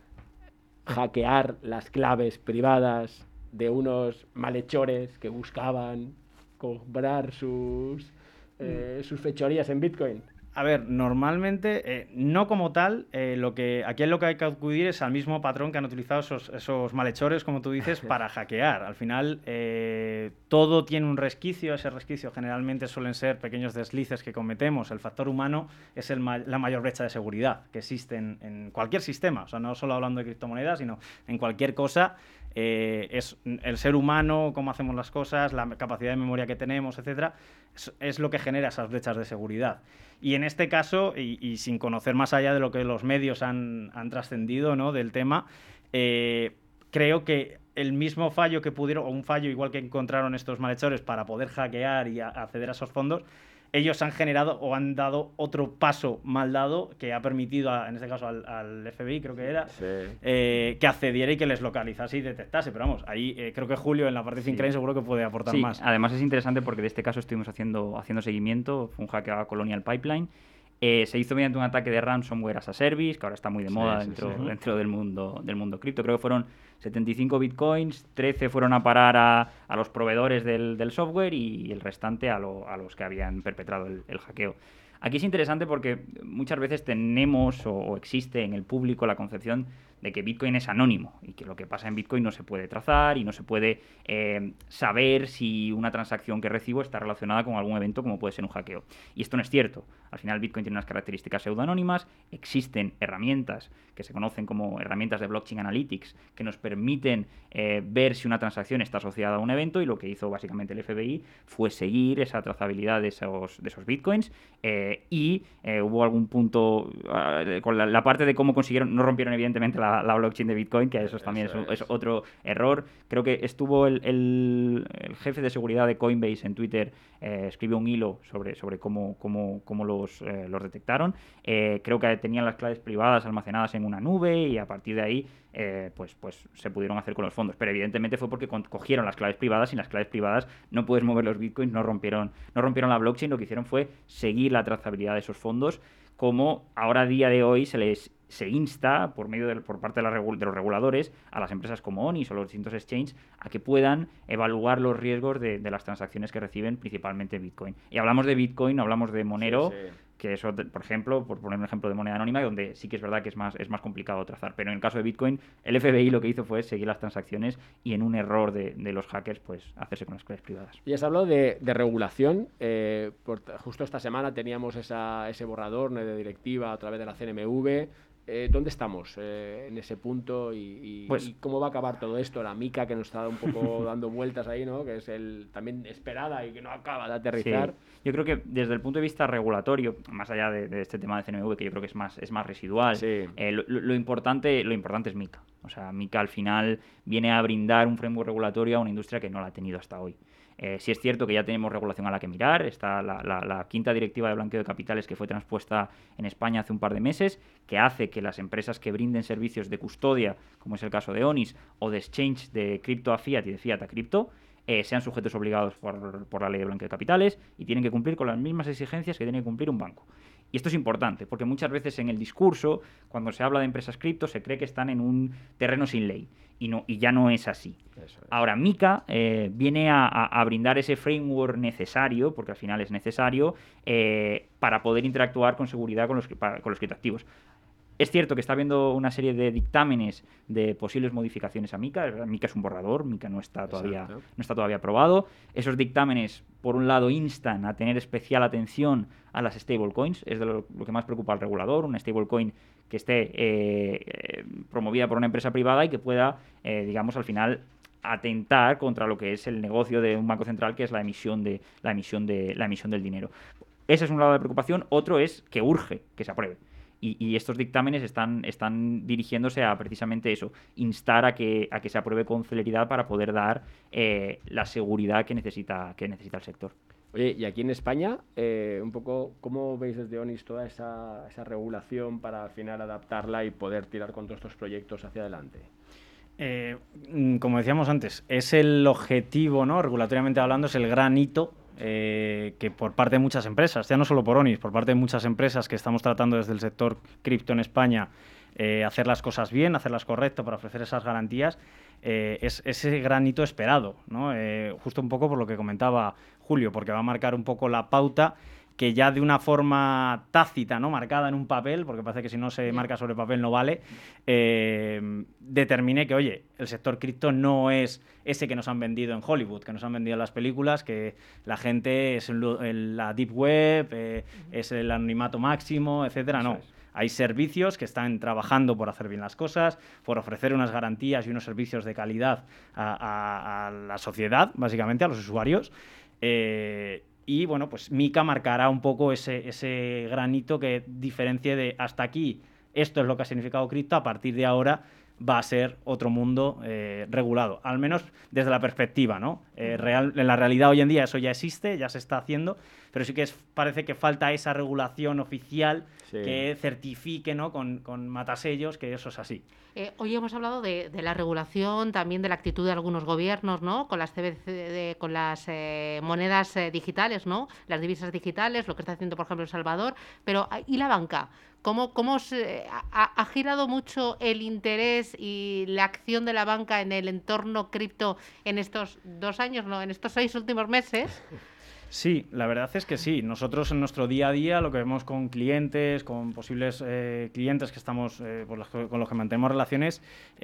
hackear las claves privadas de unos malhechores que buscaban cobrar sus, eh, sus fechorías en Bitcoin? A ver, normalmente, eh, no como tal, eh, lo que aquí lo que hay que acudir es al mismo patrón que han utilizado esos, esos malhechores, como tú dices, para hackear. Al final, eh, todo tiene un resquicio. Ese resquicio generalmente suelen ser pequeños deslices que cometemos. El factor humano es el ma la mayor brecha de seguridad que existe en, en cualquier sistema. O sea, no solo hablando de criptomonedas, sino en cualquier cosa. Eh, es el ser humano, cómo hacemos las cosas, la capacidad de memoria que tenemos, etcétera, es, es lo que genera esas brechas de seguridad. Y en este caso, y, y sin conocer más allá de lo que los medios han, han trascendido, ¿no?, del tema, eh, creo que el mismo fallo que pudieron, o un fallo igual que encontraron estos malhechores para poder hackear y a, acceder a esos fondos, ellos han generado o han dado otro paso mal dado que ha permitido, a, en este caso al, al F B I, creo que era, sí. eh, que accediera y que les localizase y detectase. Pero vamos, ahí eh, creo que Julio en la parte de Fincrane sí. seguro que puede aportar sí, más. Además es interesante porque de este caso estuvimos haciendo, haciendo seguimiento, fue un hackeo a Colonial Pipeline. Eh, se hizo mediante un ataque de ransomware as a service, que ahora está muy de moda sí, dentro, sí, sí. dentro del mundo del mundo cripto. Creo que fueron setenta y cinco bitcoins, trece fueron a parar a, a los proveedores del, del software y el restante a, lo, a los que habían perpetrado el, el hackeo. Aquí es interesante porque muchas veces tenemos o, o existe en el público la concepción de que Bitcoin es anónimo y que lo que pasa en Bitcoin no se puede trazar y no se puede eh, saber si una transacción que recibo está relacionada con algún evento como puede ser un hackeo. Y esto no es cierto. Al final Bitcoin tiene unas características pseudoanónimas, existen herramientas que se conocen como herramientas de Blockchain Analytics que nos permiten eh, ver si una transacción está asociada a un evento, y lo que hizo básicamente el F B I fue seguir esa trazabilidad de esos, de esos Bitcoins eh, y eh, hubo algún punto uh, con la, la parte de cómo consiguieron, no rompieron evidentemente la La, la blockchain de Bitcoin, que eso también eso es, es otro error. Creo que estuvo el, el, el jefe de seguridad de Coinbase en Twitter, eh, escribió un hilo sobre, sobre cómo, cómo, cómo los, eh, los detectaron. Eh, creo que tenían las claves privadas almacenadas en una nube y a partir de ahí eh, pues, pues se pudieron hacer con los fondos. Pero evidentemente fue porque cogieron las claves privadas y las claves privadas no puedes mover los Bitcoins, no rompieron, no rompieron la blockchain. Lo que hicieron fue seguir la trazabilidad de esos fondos, como ahora a día de hoy se les se insta por medio de, por parte de, la, de los reguladores a las empresas como Onis o los distintos exchanges a que puedan evaluar los riesgos de, de las transacciones que reciben, principalmente Bitcoin. Y hablamos de Bitcoin, hablamos de Monero, sí, sí. que eso, por ejemplo, por poner un ejemplo de moneda anónima, donde sí que es verdad que es más, es más complicado trazar. Pero en el caso de Bitcoin, el F B I lo que hizo fue seguir las transacciones y en un error de, de los hackers, pues hacerse con las claves privadas. Y has hablado de, de regulación. Eh, por, justo esta semana teníamos esa, ese borrador, ¿no?, de directiva a través de la C N M V. eh, ¿dónde estamos eh, en ese punto y, y, Pues- y cómo va a acabar todo esto? La MiCA que nos está un poco dando vueltas ahí, ¿no? Que es el también esperada y que no acaba de aterrizar. Sí. Yo creo que desde el punto de vista regulatorio, más allá de, de este tema de C N M V, que yo creo que es más, es más residual, Sí. eh, lo, lo importante, lo importante es MiCA. O sea, MiCA al final viene a brindar un framework regulatorio a una industria que no la ha tenido hasta hoy. Eh, sí es cierto que ya tenemos regulación a la que mirar, está la, la, la quinta directiva de blanqueo de capitales que fue transpuesta en España hace un par de meses, que hace que las empresas que brinden servicios de custodia, como es el caso de Onis, o de exchange de cripto a fiat y de fiat a cripto, eh, sean sujetos obligados por, por la ley de blanqueo de capitales y tienen que cumplir con las mismas exigencias que tiene que cumplir un banco. Y esto es importante, porque muchas veces en el discurso, cuando se habla de empresas cripto, se cree que están en un terreno sin ley, y, no, y ya no es así. Eso es. Ahora, MiCA eh, viene a, a- a brindar ese framework necesario, porque al final es necesario, eh, para poder interactuar con seguridad con los, para- con los criptoactivos. Es cierto que está habiendo una serie de dictámenes de posibles modificaciones a MiCA. MiCA es un borrador, MiCA no está todavía, Exacto. no está todavía aprobado. Esos dictámenes, por un lado, instan a tener especial atención a las stablecoins, es de lo, lo que más preocupa al regulador, una stablecoin que esté eh, eh, promovida por una empresa privada y que pueda, eh, digamos, al final atentar contra lo que es el negocio de un banco central, que es la emisión de la emisión de la emisión del dinero. Ese es un lado de preocupación. Otro es que urge que se apruebe. Y, y estos dictámenes están, están dirigiéndose a precisamente eso, instar a que, a que se apruebe con celeridad para poder dar eh, la seguridad que necesita, que necesita el sector. Oye, y aquí en España, eh, un poco, ¿cómo veis desde Onis toda esa, esa regulación para al final adaptarla y poder tirar con todos estos proyectos hacia adelante? Eh, mm, como decíamos antes, es el objetivo, ¿no? Regulatoriamente hablando, es el gran hito eh, que por parte de muchas empresas, ya no solo por Onis, por parte de muchas empresas que estamos tratando desde el sector cripto en España, eh, hacer las cosas bien, hacerlas correcto para ofrecer esas garantías, eh, es ese gran hito esperado, ¿no? Eh, justo un poco por lo que comentaba Julio, porque va a marcar un poco la pauta que ya de una forma tácita, ¿no? Marcada en un papel, porque parece que si no se marca sobre papel no vale, eh, determine que, oye, el sector cripto no es ese que nos han vendido en Hollywood, que nos han vendido en las películas, que la gente es en lo- en la deep web, eh, es el anonimato máximo, etcétera. Eso No. es. Hay servicios que están trabajando por hacer bien las cosas, por ofrecer unas garantías y unos servicios de calidad a, a- a la sociedad, básicamente, a los usuarios. Eh, y bueno, pues MiCA marcará un poco ese, ese granito que diferencie de hasta aquí, esto es lo que ha significado cripto, a partir de ahora va a ser otro mundo eh, regulado, al menos desde la perspectiva, ¿no? Eh, real, en la realidad hoy en día eso ya existe, ya se está haciendo, pero sí que es, parece que falta esa regulación oficial Sí. que certifique, ¿no? con, con matasellos que eso es así. Eh, hoy hemos hablado de, de la regulación, también de la actitud de algunos gobiernos, ¿no? Con las, C B C, de- con las eh, monedas eh, digitales, ¿no? Las divisas digitales, lo que está haciendo, por ejemplo, El Salvador. Pero, ah, ¿y la banca? ¿Cómo, cómo se, ha, ha girado mucho el interés y la acción de la banca en el entorno cripto en estos dos años, no, en estos seis últimos meses? Sí, la verdad es que sí. Nosotros en nuestro día a día lo que vemos con clientes, con posibles eh, clientes que estamos eh, por los que- con los que mantenemos relaciones,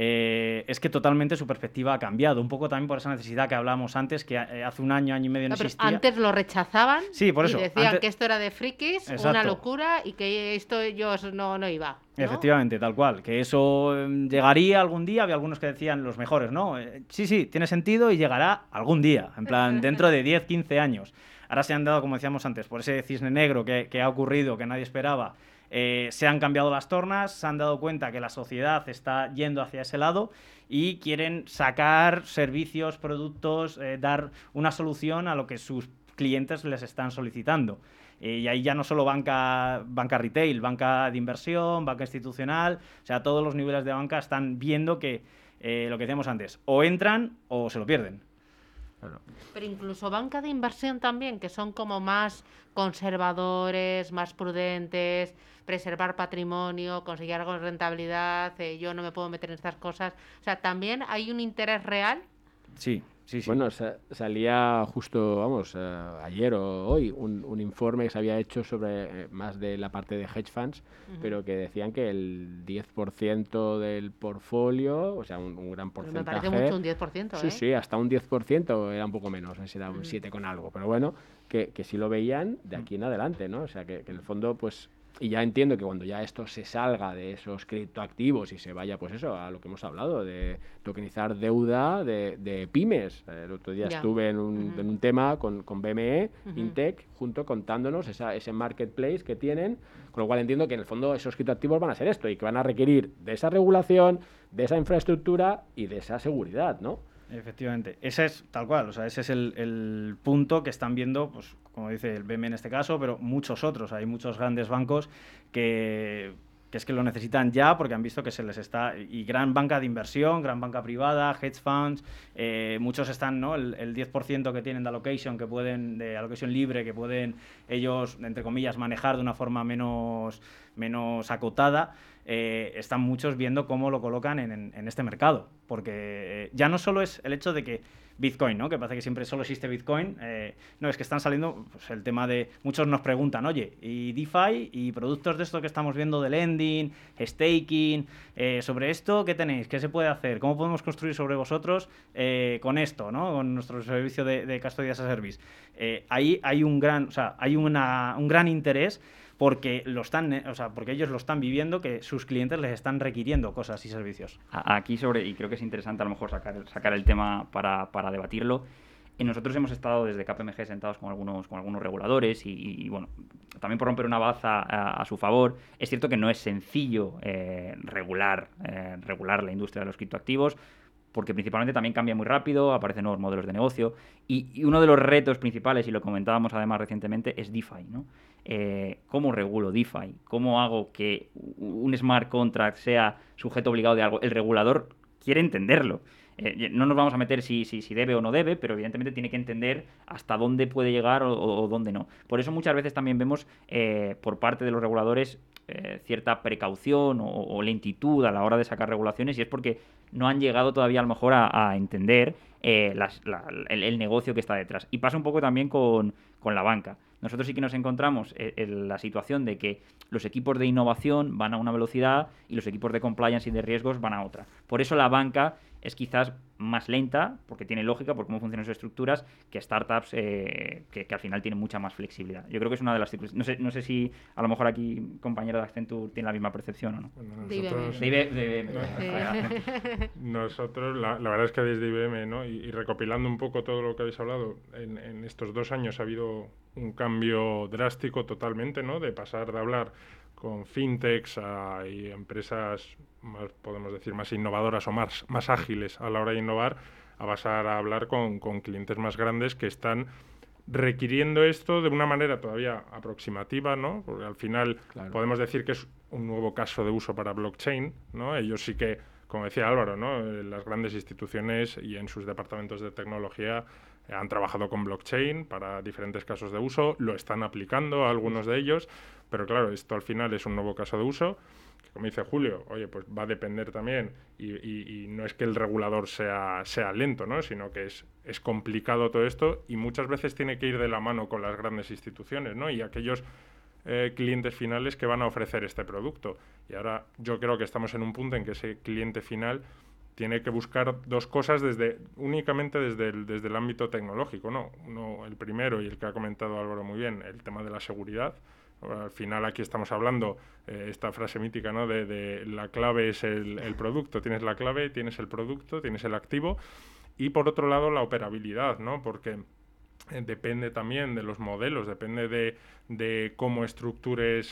eh, es que totalmente su perspectiva ha cambiado. Un poco también por esa necesidad que hablábamos antes, que eh, hace un año, año y medio no, No, pero existía. antes lo rechazaban Sí, por eso, y decían antes- que esto era de frikis, una Exacto. locura y que esto yo no, no iba. ¿no? Efectivamente, tal cual. Que eso eh, llegaría algún día. Había algunos que decían los mejores, ¿no? Eh, sí, sí, tiene sentido y llegará algún día. En plan, dentro de diez, quince años. Ahora se han dado, como decíamos antes, por ese cisne negro que, que ha ocurrido, que nadie esperaba. Eh, se han cambiado las tornas, se han dado cuenta que la sociedad está yendo hacia ese lado y quieren sacar servicios, productos, eh, dar una solución a lo que sus clientes les están solicitando. Eh, y ahí ya no solo banca, banca retail, banca de inversión, banca institucional, o sea, todos los niveles de banca están viendo que, eh, lo que decíamos antes, o entran o se lo pierden. Claro. Pero incluso banca de inversión también, que son como más conservadores, más prudentes, preservar patrimonio, conseguir algo de rentabilidad, eh, yo no me puedo meter en estas cosas. O sea, también hay un interés real. Sí, sí, sí. Bueno, sa- salía justo, vamos, eh, ayer o hoy un, un informe que se había hecho sobre eh, más de la parte de hedge funds, Ujú. pero que decían que el diez por ciento del portfolio, o sea, un, un gran Pero me porcentaje... parece mucho un diez por ciento, Sí, ¿eh? sí, hasta un diez por ciento, era un poco menos, no sé si era un Ujú. siete con algo, pero bueno, que, que sí lo veían de aquí en adelante, ¿no? O sea, que, que en el fondo, pues, Y ya entiendo que cuando ya esto se salga de esos criptoactivos y se vaya, pues eso, a lo que hemos hablado, de tokenizar deuda de, de pymes. El otro día Ya. estuve en un, Ujú. en un tema con, con B M E, Ujú. Intec, junto contándonos esa, ese marketplace que tienen, con lo cual entiendo que en el fondo esos criptoactivos van a ser esto y que van a requerir de esa regulación, de esa infraestructura y de esa seguridad, ¿no? Efectivamente, ese es tal cual, o sea, ese es el, el punto que están viendo, pues como dice el B M E en este caso, pero muchos otros. Hay muchos grandes bancos que, que es que lo necesitan ya porque han visto que se les está, y gran banca de inversión, gran banca privada, hedge funds, eh, muchos están, ¿no? El, el diez por ciento que tienen de allocation, que pueden, de allocation libre, que pueden ellos, entre comillas, manejar de una forma menos, menos acotada. Eh, están muchos viendo cómo lo colocan en, en, en este mercado, porque eh, ya no solo es el hecho de que Bitcoin, ¿no? Que parece que siempre solo existe Bitcoin, eh, no, es que están saliendo, pues, el tema de, muchos nos preguntan, oye, ¿y DeFi y productos de esto que estamos viendo de lending, staking, eh, sobre esto, qué tenéis? ¿Qué se puede hacer? ¿Cómo podemos construir sobre vosotros eh, con esto, ¿no? Con nuestro servicio de, de Custodia as a Service? Eh, ahí hay un gran, o sea, hay una, un gran interés porque lo están, o sea, porque ellos lo están viviendo, que sus clientes les están requiriendo cosas y servicios. Aquí sobre, y creo que es interesante a lo mejor sacar, sacar el tema para, para debatirlo. Y nosotros hemos estado desde K P M G sentados con algunos, con algunos reguladores y, y, bueno, también por romper una baza a, a su favor. Es cierto que no es sencillo eh, regular, eh, regular la industria de los criptoactivos, porque principalmente también cambia muy rápido, aparecen nuevos modelos de negocio, y, y uno de los retos principales, y lo comentábamos además recientemente, es DeFi, ¿no? Eh, ¿Cómo regulo DeFi? ¿Cómo hago que un smart contract sea sujeto obligado de algo? El regulador quiere entenderlo. Eh, no nos vamos a meter si, si, si debe o no debe, pero evidentemente tiene que entender hasta dónde puede llegar o, o, o dónde no. Por eso muchas veces también vemos eh, por parte de los reguladores eh, cierta precaución o, o lentitud a la hora de sacar regulaciones, y es porque no han llegado todavía a lo mejor a, a entender eh, las, la, el, el negocio que está detrás. Y pasa un poco también con, con la banca. Nosotros sí que nos encontramos en, en la situación de que los equipos de innovación van a una velocidad y los equipos de compliance y de riesgos van a otra. Por eso la banca es quizás más lenta, porque tiene lógica, por cómo funcionan sus estructuras, que startups eh, que, que al final tienen mucha más flexibilidad. Yo creo que es una de las circunstancias. No sé, no sé si a lo mejor aquí, compañero de Accenture, tiene la misma percepción o no. Bueno, nosotros, de I B M. De nosotros la, la verdad es que desde I B M, ¿no? y, y recopilando un poco todo lo que habéis hablado, en, en estos dos años ha habido un cambio drástico totalmente, ¿no? De pasar de hablar con fintechs a, y empresas más, podemos decir, más innovadoras o más, más ágiles a la hora de innovar, a pasar a hablar con, con clientes más grandes que están requiriendo esto de una manera todavía aproximativa, ¿no? Porque al final claro. podemos decir que es un nuevo caso de uso para blockchain, ¿no? Ellos sí que, como decía Álvaro, ¿no? Las grandes instituciones y en sus departamentos de tecnología han trabajado con blockchain para diferentes casos de uso, lo están aplicando a algunos de ellos, pero claro, esto al final es un nuevo caso de uso, que como dice Julio, oye, pues va a depender también, y, y, y no es que el regulador sea, sea lento, ¿no? Sino que es, es complicado todo esto y muchas veces tiene que ir de la mano con las grandes instituciones, ¿no? Y aquellos eh, clientes finales que van a ofrecer este producto. Y ahora yo creo que estamos en un punto en que ese cliente final tiene que buscar dos cosas desde únicamente desde el, desde el ámbito tecnológico, ¿no? Uno, el primero, y el que ha comentado Álvaro muy bien, el tema de la seguridad. Ahora, al final aquí estamos hablando eh, esta frase mítica, ¿no? De, de la clave es el, el producto. Tienes la clave, tienes el producto, tienes el activo. Y por otro lado, la operabilidad, ¿no? Porque eh, depende también de los modelos, depende de, de cómo estructures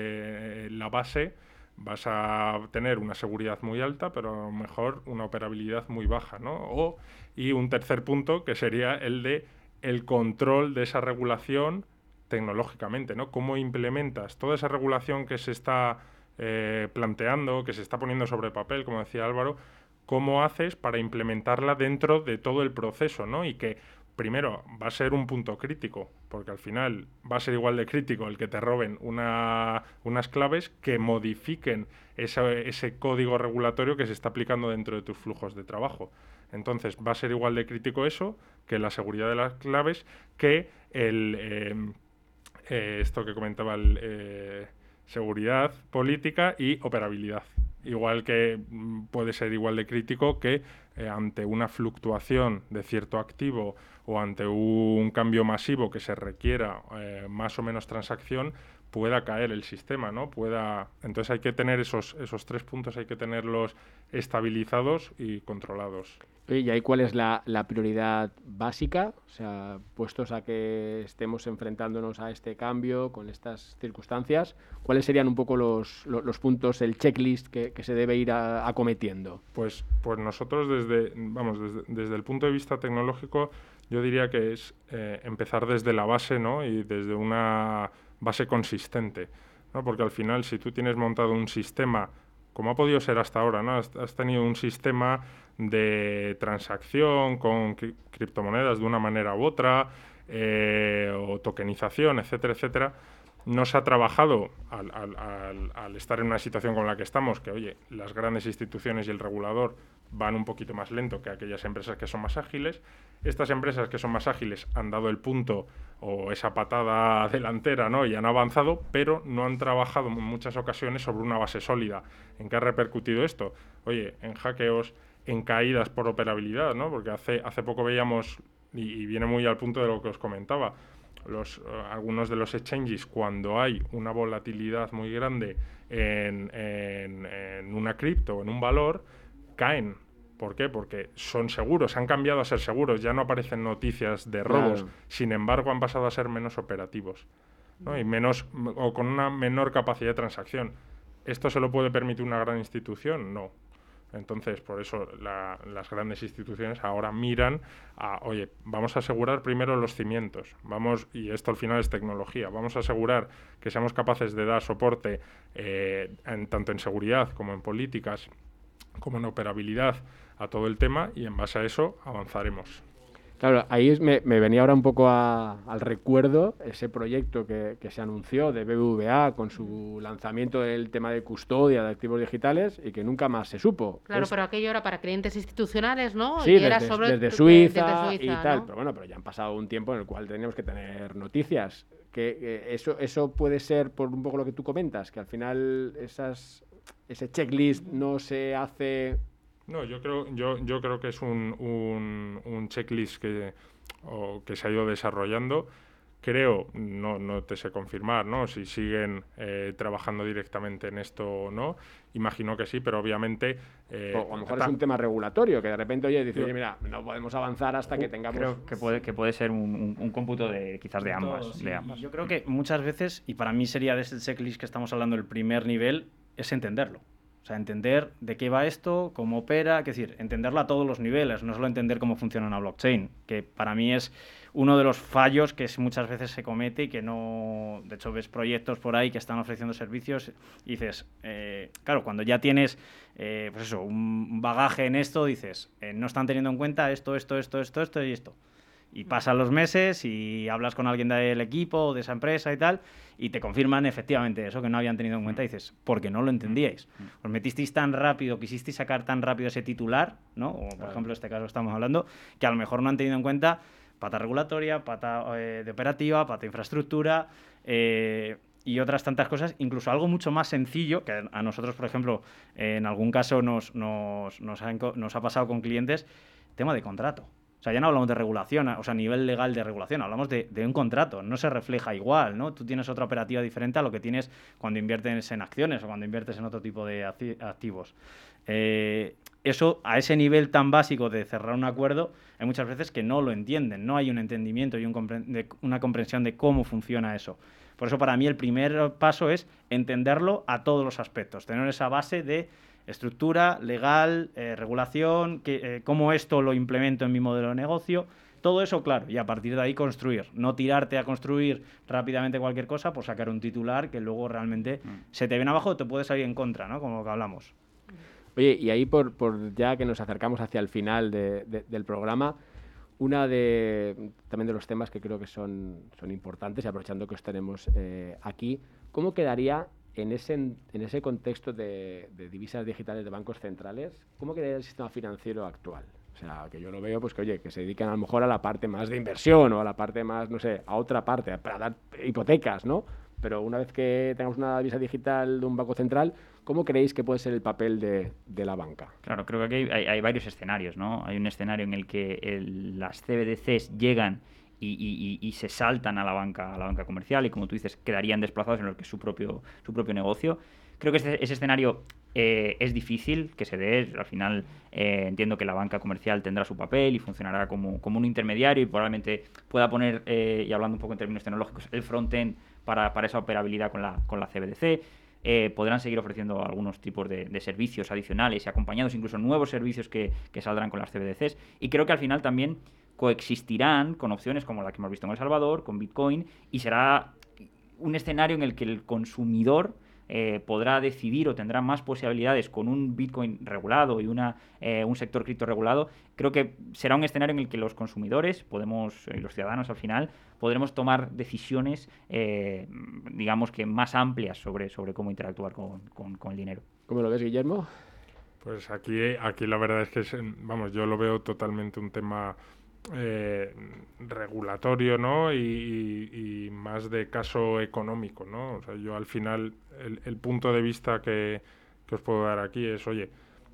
eh, la base. Vas a tener una seguridad muy alta, pero a lo mejor una operabilidad muy baja, ¿no? O, y un tercer punto, que sería el de el control de esa regulación tecnológicamente, ¿no? Cómo implementas toda esa regulación que se está eh, planteando, que se está poniendo sobre papel, como decía Álvaro, cómo haces para implementarla dentro de todo el proceso, ¿no? Y que primero, va a ser un punto crítico, porque al final va a ser igual de crítico el que te roben una, unas claves que modifiquen esa, ese código regulatorio que se está aplicando dentro de tus flujos de trabajo. Entonces, va a ser igual de crítico eso, que la seguridad de las claves, que el eh, eh, esto que comentaba, el, eh, seguridad política y operabilidad. Igual que mm, puede ser igual de crítico que eh, ante una fluctuación de cierto activo o ante un cambio masivo que se requiera eh, más o menos transacción, pueda caer el sistema, ¿no? Pueda... Entonces hay que tener esos, esos tres puntos, hay que tenerlos estabilizados y controlados. ¿Y ahí cuál es la, la prioridad básica? O sea, puestos a que estemos enfrentándonos a este cambio con estas circunstancias, ¿cuáles serían un poco los, los, los puntos, el checklist que, que se debe ir a, acometiendo? Pues, pues nosotros desde, vamos, desde, desde el punto de vista tecnológico, yo diría que es eh, empezar desde la base, ¿no? Y desde una base consistente, ¿no? Porque al final, si tú tienes montado un sistema, como ha podido ser hasta ahora, ¿no? Has, has tenido un sistema de transacción con cri criptomonedas de una manera u otra, eh, o tokenización, etcétera, etcétera. No se ha trabajado al, al, al, al estar en una situación con la que estamos, que, oye, las grandes instituciones y el regulador van un poquito más lento que aquellas empresas que son más ágiles. Estas empresas que son más ágiles han dado el punto o esa patada delantera, ¿no? Y han avanzado, pero no han trabajado en muchas ocasiones sobre una base sólida. ¿En qué ha repercutido esto? Oye, en hackeos, en caídas por operabilidad, ¿no? Porque hace, hace poco veíamos, y, y viene muy al punto de lo que os comentaba, los, uh, algunos de los exchanges, cuando hay una volatilidad muy grande en, en, en una cripto o en un valor, caen. ¿Por qué? Porque son seguros, han cambiado a ser seguros, ya no aparecen noticias de robos, claro. Sin embargo han pasado a ser menos operativos, ¿no? Y menos, o con una menor capacidad de transacción. ¿Esto se lo puede permitir una gran institución? No. Entonces, por eso la, las grandes instituciones ahora miran a, oye, vamos a asegurar primero los cimientos, vamos, y esto al final es tecnología, vamos a asegurar que seamos capaces de dar soporte eh, en, tanto en seguridad como en políticas, como en operabilidad a todo el tema, y en base a eso avanzaremos. Claro, ahí es, me, me venía ahora un poco a, al recuerdo ese proyecto que, que se anunció de B B V A con su lanzamiento del tema de custodia de activos digitales y que nunca más se supo. Claro, es... pero aquello era para clientes institucionales, ¿no? Sí, y desde, era sobre desde, Suiza desde Suiza y tal, ¿no? Pero bueno, pero ya han pasado un tiempo en el cual teníamos que tener noticias. Que, que eso, eso puede ser por un poco lo que tú comentas, que al final esas, ese checklist no se hace... No, yo creo, yo, yo creo que es un, un, un checklist que, o, que se ha ido desarrollando. Creo, no, no te sé confirmar, ¿no? Si siguen eh, trabajando directamente en esto o no. Imagino que sí, pero obviamente... Eh, o a lo mejor es un tema regulatorio, que de repente, oye, dice, oye, mira, no podemos avanzar hasta que tengamos... Creo que puede, que puede ser un, un, un cómputo de quizás de ambas, Todo, sí. de ambas. Yo creo que muchas veces, y para mí sería de ese checklist que estamos hablando, el primer nivel, es entenderlo. O sea, entender de qué va esto, cómo opera, es decir, entenderlo a todos los niveles, no solo entender cómo funciona una blockchain, que para mí es uno de los fallos que muchas veces se comete y que no... De hecho, ves proyectos por ahí que están ofreciendo servicios y dices, eh, claro, cuando ya tienes, eh, pues eso, un bagaje en esto, dices, eh, no están teniendo en cuenta esto, esto, esto, esto, esto y esto. Y pasan los meses y hablas con alguien del equipo o de esa empresa y tal, y te confirman efectivamente eso que no habían tenido en cuenta. Y dices, porque no lo entendíais. Os metisteis tan rápido, quisisteis sacar tan rápido ese titular, ¿no? O, por ejemplo, en este caso estamos hablando, que a lo mejor no han tenido en cuenta pata regulatoria, pata eh, de operativa, pata infraestructura... Eh, y otras tantas cosas, incluso algo mucho más sencillo, que a nosotros, por ejemplo, en algún caso nos, nos, nos, ha, nos ha pasado con clientes, tema de contrato. O sea, ya no hablamos de regulación, o sea, nivel legal de regulación, hablamos de, de un contrato, no se refleja igual, ¿no? Tú tienes otra operativa diferente a lo que tienes cuando inviertes en acciones o cuando inviertes en otro tipo de activos. Eh, eso, a ese nivel tan básico de cerrar un acuerdo, hay muchas veces que no lo entienden, no hay un entendimiento y un compre- de, una comprensión de cómo funciona eso. Por eso, para mí, el primer paso es entenderlo a todos los aspectos, tener esa base de estructura, legal, eh, regulación, que, eh, cómo esto lo implemento en mi modelo de negocio, todo eso claro, y a partir de ahí construir, no tirarte a construir rápidamente cualquier cosa por sacar un titular que luego realmente mm. se te viene abajo o te puede salir en contra, ¿no? Como lo que hablamos. Oye, y ahí por, por ya que nos acercamos hacia el final de, de, del programa, una de también de los temas que creo que son, son importantes, y aprovechando que os tenemos eh, aquí, ¿cómo quedaría en ese, en ese contexto de, de divisas digitales de bancos centrales, cómo quedaría el sistema financiero actual? O sea, que yo lo veo, pues que oye, que se dedican a lo mejor a la parte más de inversión o a la parte más, no sé, a otra parte, para dar hipotecas, ¿no? Pero una vez que tengamos una divisa digital de un banco central, ¿cómo creéis que puede ser el papel de, de la banca? Claro, creo que aquí hay, hay varios escenarios, ¿no? Hay un escenario en el que el, las C B D Cs llegan y, y, y se saltan a la banca a la banca comercial y, como tú dices, quedarían desplazados en lo que es su propio, su propio negocio. Creo que ese, ese escenario eh, es difícil que se dé. Al final eh, entiendo que la banca comercial tendrá su papel y funcionará como, como un intermediario y probablemente pueda poner, eh, y hablando un poco en términos tecnológicos, el front-end para, para esa operabilidad con la, con la C B D C. Eh, podrán seguir ofreciendo algunos tipos de, de servicios adicionales y acompañados incluso nuevos servicios que, que saldrán con las C B D Cs. Y creo que al final también coexistirán con opciones como la que hemos visto en El Salvador, con Bitcoin, y será un escenario en el que el consumidor eh, podrá decidir o tendrá más posibilidades con un Bitcoin regulado y una, eh, un sector cripto regulado. Creo que será un escenario en el que los consumidores, podemos, eh, los ciudadanos al final, podremos tomar decisiones, eh, digamos que más amplias sobre, sobre cómo interactuar con, con, con el dinero. ¿Cómo lo ves, Guillermo? Pues aquí, aquí la verdad es que, es, vamos, yo lo veo totalmente un tema eh, regulatorio, ¿no? Y, y, y más de caso económico, ¿no? O sea, yo al final, el, el punto de vista que, que os puedo dar aquí es, oye,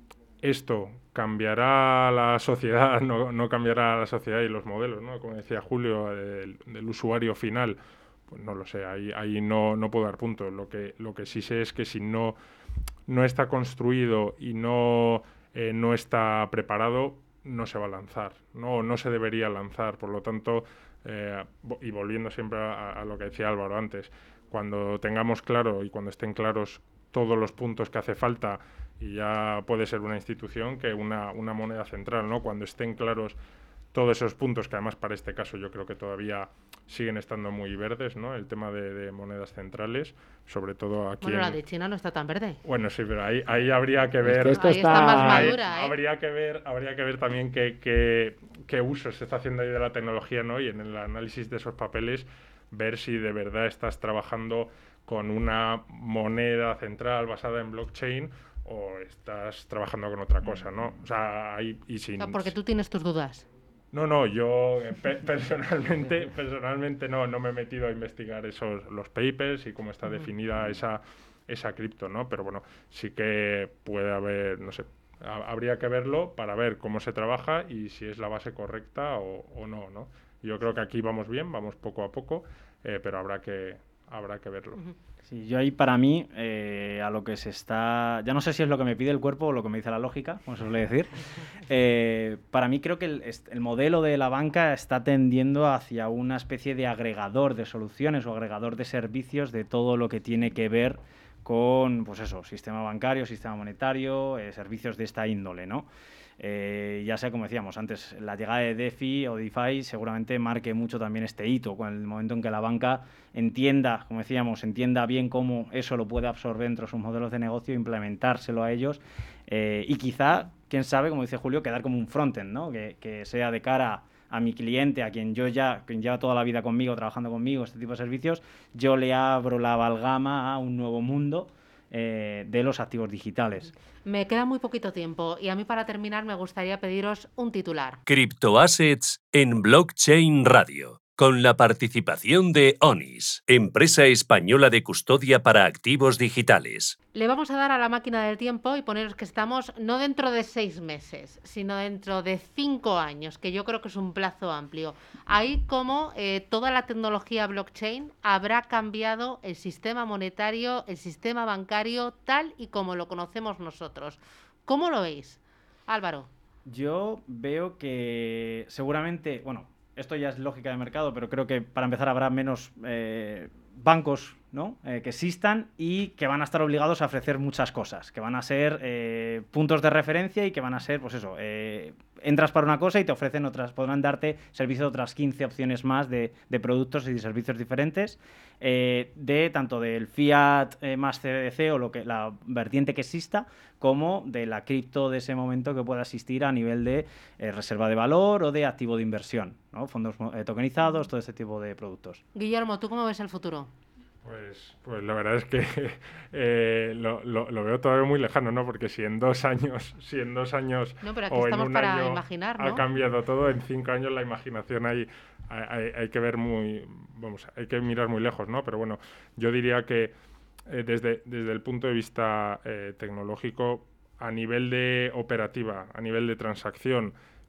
esto cambiará la sociedad, no, no cambiará la sociedad y los modelos, ¿no? Como decía Julio, del, del usuario final, pues no lo sé, ahí, ahí no, no puedo dar puntos. Lo que, lo que sí sé es que si no, no está construido y no, eh, no está preparado, no se va a lanzar, no, no se debería lanzar. Por lo tanto, eh, y volviendo siempre a, a lo que decía Álvaro antes, cuando tengamos claro y cuando estén claros todos los puntos que hace falta, y ya puede ser una institución que una, una moneda central, ¿no? Cuando estén claros todos esos puntos, que además para este caso yo creo que todavía siguen estando muy verdes, ¿no? El tema de, de monedas centrales, sobre todo aquí. Bueno, en... la de China no está tan verde. Bueno, sí, pero ahí, ahí habría que ver. Es que esto ahí está... está más ahí madura, ¿eh? Habría que ver, habría que ver también qué, qué, qué uso se está haciendo ahí de la tecnología, ¿no? Y en el análisis de esos papeles, ver si de verdad estás trabajando con una moneda central basada en blockchain o estás trabajando con otra cosa, ¿no? O sea, ahí y sin... O sea, porque tú tienes tus dudas. No, no, yo eh, pe personalmente, personalmente no, no me he metido a investigar esos los papers y cómo está uh-huh. definida esa, esa cripto, ¿no? Pero bueno, sí que puede haber, no sé, ha habría que verlo para ver cómo se trabaja y si es la base correcta o, o no, ¿no? Yo creo que aquí vamos bien, vamos poco a poco, eh, pero habrá que, habrá que verlo. Uh-huh. Sí, yo ahí para mí, eh, a lo que se está... Ya no sé si es lo que me pide el cuerpo o lo que me dice la lógica, como se suele decir. Eh, para mí creo que el, el modelo de la banca está tendiendo hacia una especie de agregador de soluciones o agregador de servicios de todo lo que tiene que ver con, pues eso, sistema bancario, sistema monetario, eh, servicios de esta índole, ¿no? Eh, ya sea, como decíamos antes, la llegada de DeFi o DeFi seguramente marque mucho también este hito, con el momento en que la banca entienda, como decíamos, entienda bien cómo eso lo puede absorber dentro de sus modelos de negocio, implementárselo a ellos eh, y quizá, quién sabe, como dice Julio, quedar como un frontend, ¿no? Que, que sea de cara a mi cliente, a quien yo ya, quien lleva toda la vida conmigo, trabajando conmigo, este tipo de servicios, yo le abro la amalgama a un nuevo mundo eh, de los activos digitales. Me queda muy poquito tiempo y a mí para terminar me gustaría pediros un titular. Criptoassets en Blockchain Radio, con la participación de Onis, empresa española de custodia para activos digitales. Le vamos a dar a la máquina del tiempo y poneros que estamos no dentro de seis meses, sino dentro de cinco años, que yo creo que es un plazo amplio. Ahí como eh, toda la tecnología blockchain habrá cambiado el sistema monetario, el sistema bancario, tal y como lo conocemos nosotros. ¿Cómo lo veis, Álvaro? Yo veo que seguramente, bueno, esto ya es lógica de mercado, pero creo que para empezar habrá menos eh, bancos, ¿no? eh, que existan y que van a estar obligados a ofrecer muchas cosas, que van a ser eh, puntos de referencia y que van a ser, pues eso, eh, entras para una cosa y te ofrecen otras, podrán darte servicio de otras quince opciones más de, de productos y de servicios diferentes, eh, de tanto del fiat eh, más C B D C o lo que, la vertiente que exista, como de la cripto de ese momento que pueda existir a nivel de eh, reserva de valor o de activo de inversión, ¿no? Fondos eh, tokenizados, todo este tipo de productos. Guillermo, ¿tú cómo ves el futuro? Pues, pues la verdad es que eh, lo, lo, lo veo todavía muy lejano, ¿no? Porque si en dos años, si en dos años no, pero aquí o estamos en un para año imaginar, ¿no? ha cambiado todo, en cinco años la imaginación hay, hay, hay que ver muy, vamos, hay que mirar muy lejos, ¿no? Pero bueno, yo diría que eh, desde, desde el punto de vista eh, tecnológico, a nivel de operativa, a nivel de transacción,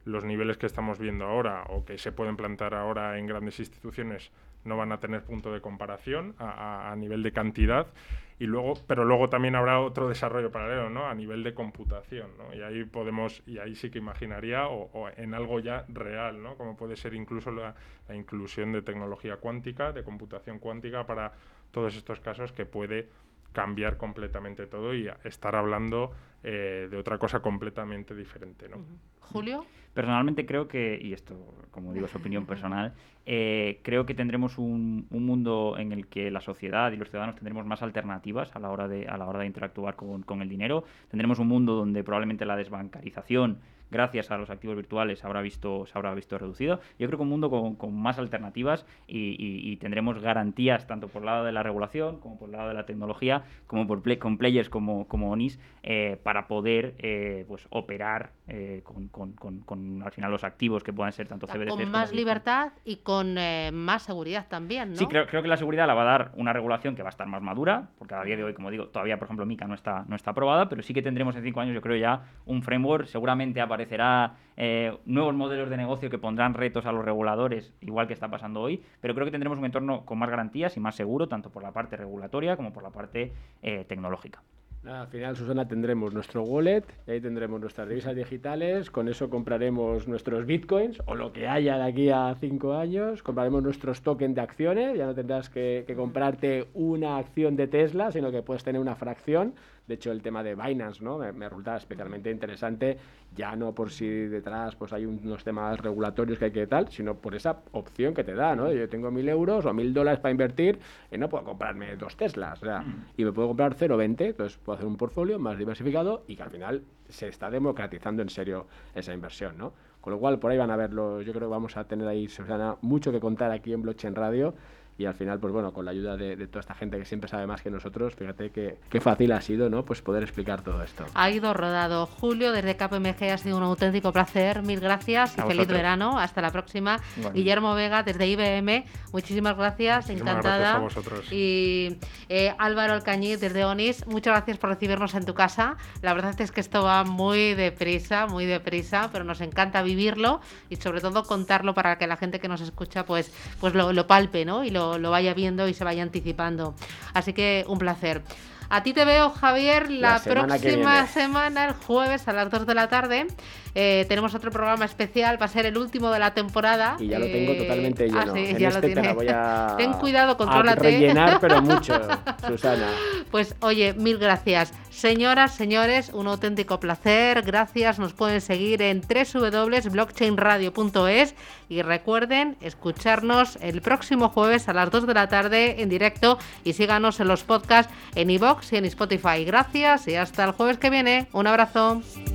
los niveles que estamos viendo ahora o que se pueden plantear ahora en grandes instituciones no van a tener punto de comparación a, a, a nivel de cantidad. Y luego, pero luego también habrá otro desarrollo paralelo, ¿no? A nivel de computación, ¿no? Y ahí podemos, y ahí sí que imaginaría, o, o en algo ya real, ¿no? Como puede ser incluso la, la inclusión de tecnología cuántica, de computación cuántica para todos estos casos que puede cambiar completamente todo y estar hablando eh, de otra cosa completamente diferente, ¿no? Julio. Personalmente creo que, y esto, como digo, es opinión personal, eh, creo que tendremos un, un mundo en el que la sociedad y los ciudadanos tendremos más alternativas a la hora de, a la hora de interactuar con, con el dinero. Tendremos un mundo donde probablemente la desbancarización, gracias a los activos virtuales, se habrá visto, se habrá visto reducido. Yo creo que un mundo con, con más alternativas y, y, y tendremos garantías tanto por el lado de la regulación como por el lado de la tecnología, como por play, con players como, como Onis, eh, para poder eh, pues operar eh, con, con, con, con al final los activos que puedan ser tanto C B D Cs con como más Bitcoin. libertad y con eh, más seguridad también, ¿no? Sí, creo, creo que la seguridad la va a dar una regulación que va a estar más madura, porque a día de hoy, como digo, todavía, por ejemplo, MiCA no está, no está aprobada, pero sí que tendremos en cinco años, yo creo, ya un framework. Seguramente aparecerá eh, nuevos modelos de negocio que pondrán retos a los reguladores, igual que está pasando hoy, pero creo que tendremos un entorno con más garantías y más seguro, tanto por la parte regulatoria como por la parte eh, tecnológica. Nada, al final, Susana, tendremos nuestro wallet, ahí tendremos nuestras divisas digitales, con eso compraremos nuestros bitcoins o lo que haya de aquí a cinco años, compraremos nuestros tokens de acciones, ya no tendrás que, que comprarte una acción de Tesla, sino que puedes tener una fracción. De hecho, el tema de Binance, ¿no? Me, me resulta especialmente interesante, ya no por si detrás pues hay unos temas regulatorios que hay que tal, sino por esa opción que te da, ¿no? Yo tengo mil euros o mil dólares para invertir y no puedo comprarme dos Teslas, o sea, y me puedo comprar cero coma veinte, entonces puedo hacer un portfolio más diversificado y que al final se está democratizando en serio esa inversión, ¿no? Con lo cual, por ahí van a verlo, yo creo que vamos a tener ahí, Susana, mucho que contar aquí en Blockchain Radio. Y al final, pues bueno, con la ayuda de, de toda esta gente que siempre sabe más que nosotros, fíjate que, qué fácil ha sido, ¿no? Pues poder explicar todo esto. Ha ido rodado. Julio, desde K P M G ha sido un auténtico placer. Mil gracias y A feliz vosotros. verano. Hasta la próxima. Bueno. Guillermo Vega, desde I B M, muchísimas gracias. Muchísimas encantada. gracias a vosotros. Y eh, Álvaro Alcañiz, desde Onis, muchas gracias por recibirnos en tu casa. La verdad es que esto va muy deprisa, muy deprisa, pero nos encanta vivirlo y sobre todo contarlo para que la gente que nos escucha pues, pues lo, lo palpe, ¿no? Y lo, lo vaya viendo y se vaya anticipando. Así que un placer. A ti te veo, Javier, la, La semana que próxima viene. semana, el jueves a las dos de la tarde. Eh, tenemos otro programa especial, va a ser el último de la temporada. Y ya lo tengo Eh, totalmente lleno. Ah, sí, en ya este lo te la tienes. voy a, Ten cuidado, a contrólate. rellenar, pero mucho, Susana. Pues oye, mil gracias. Señoras, señores, un auténtico placer. Gracias, nos pueden seguir en doble u doble u doble u punto blockchain radio punto es y recuerden escucharnos el próximo jueves a las dos de la tarde en directo y síganos en los podcasts en iVoox y en Spotify. Gracias y hasta el jueves que viene. Un abrazo.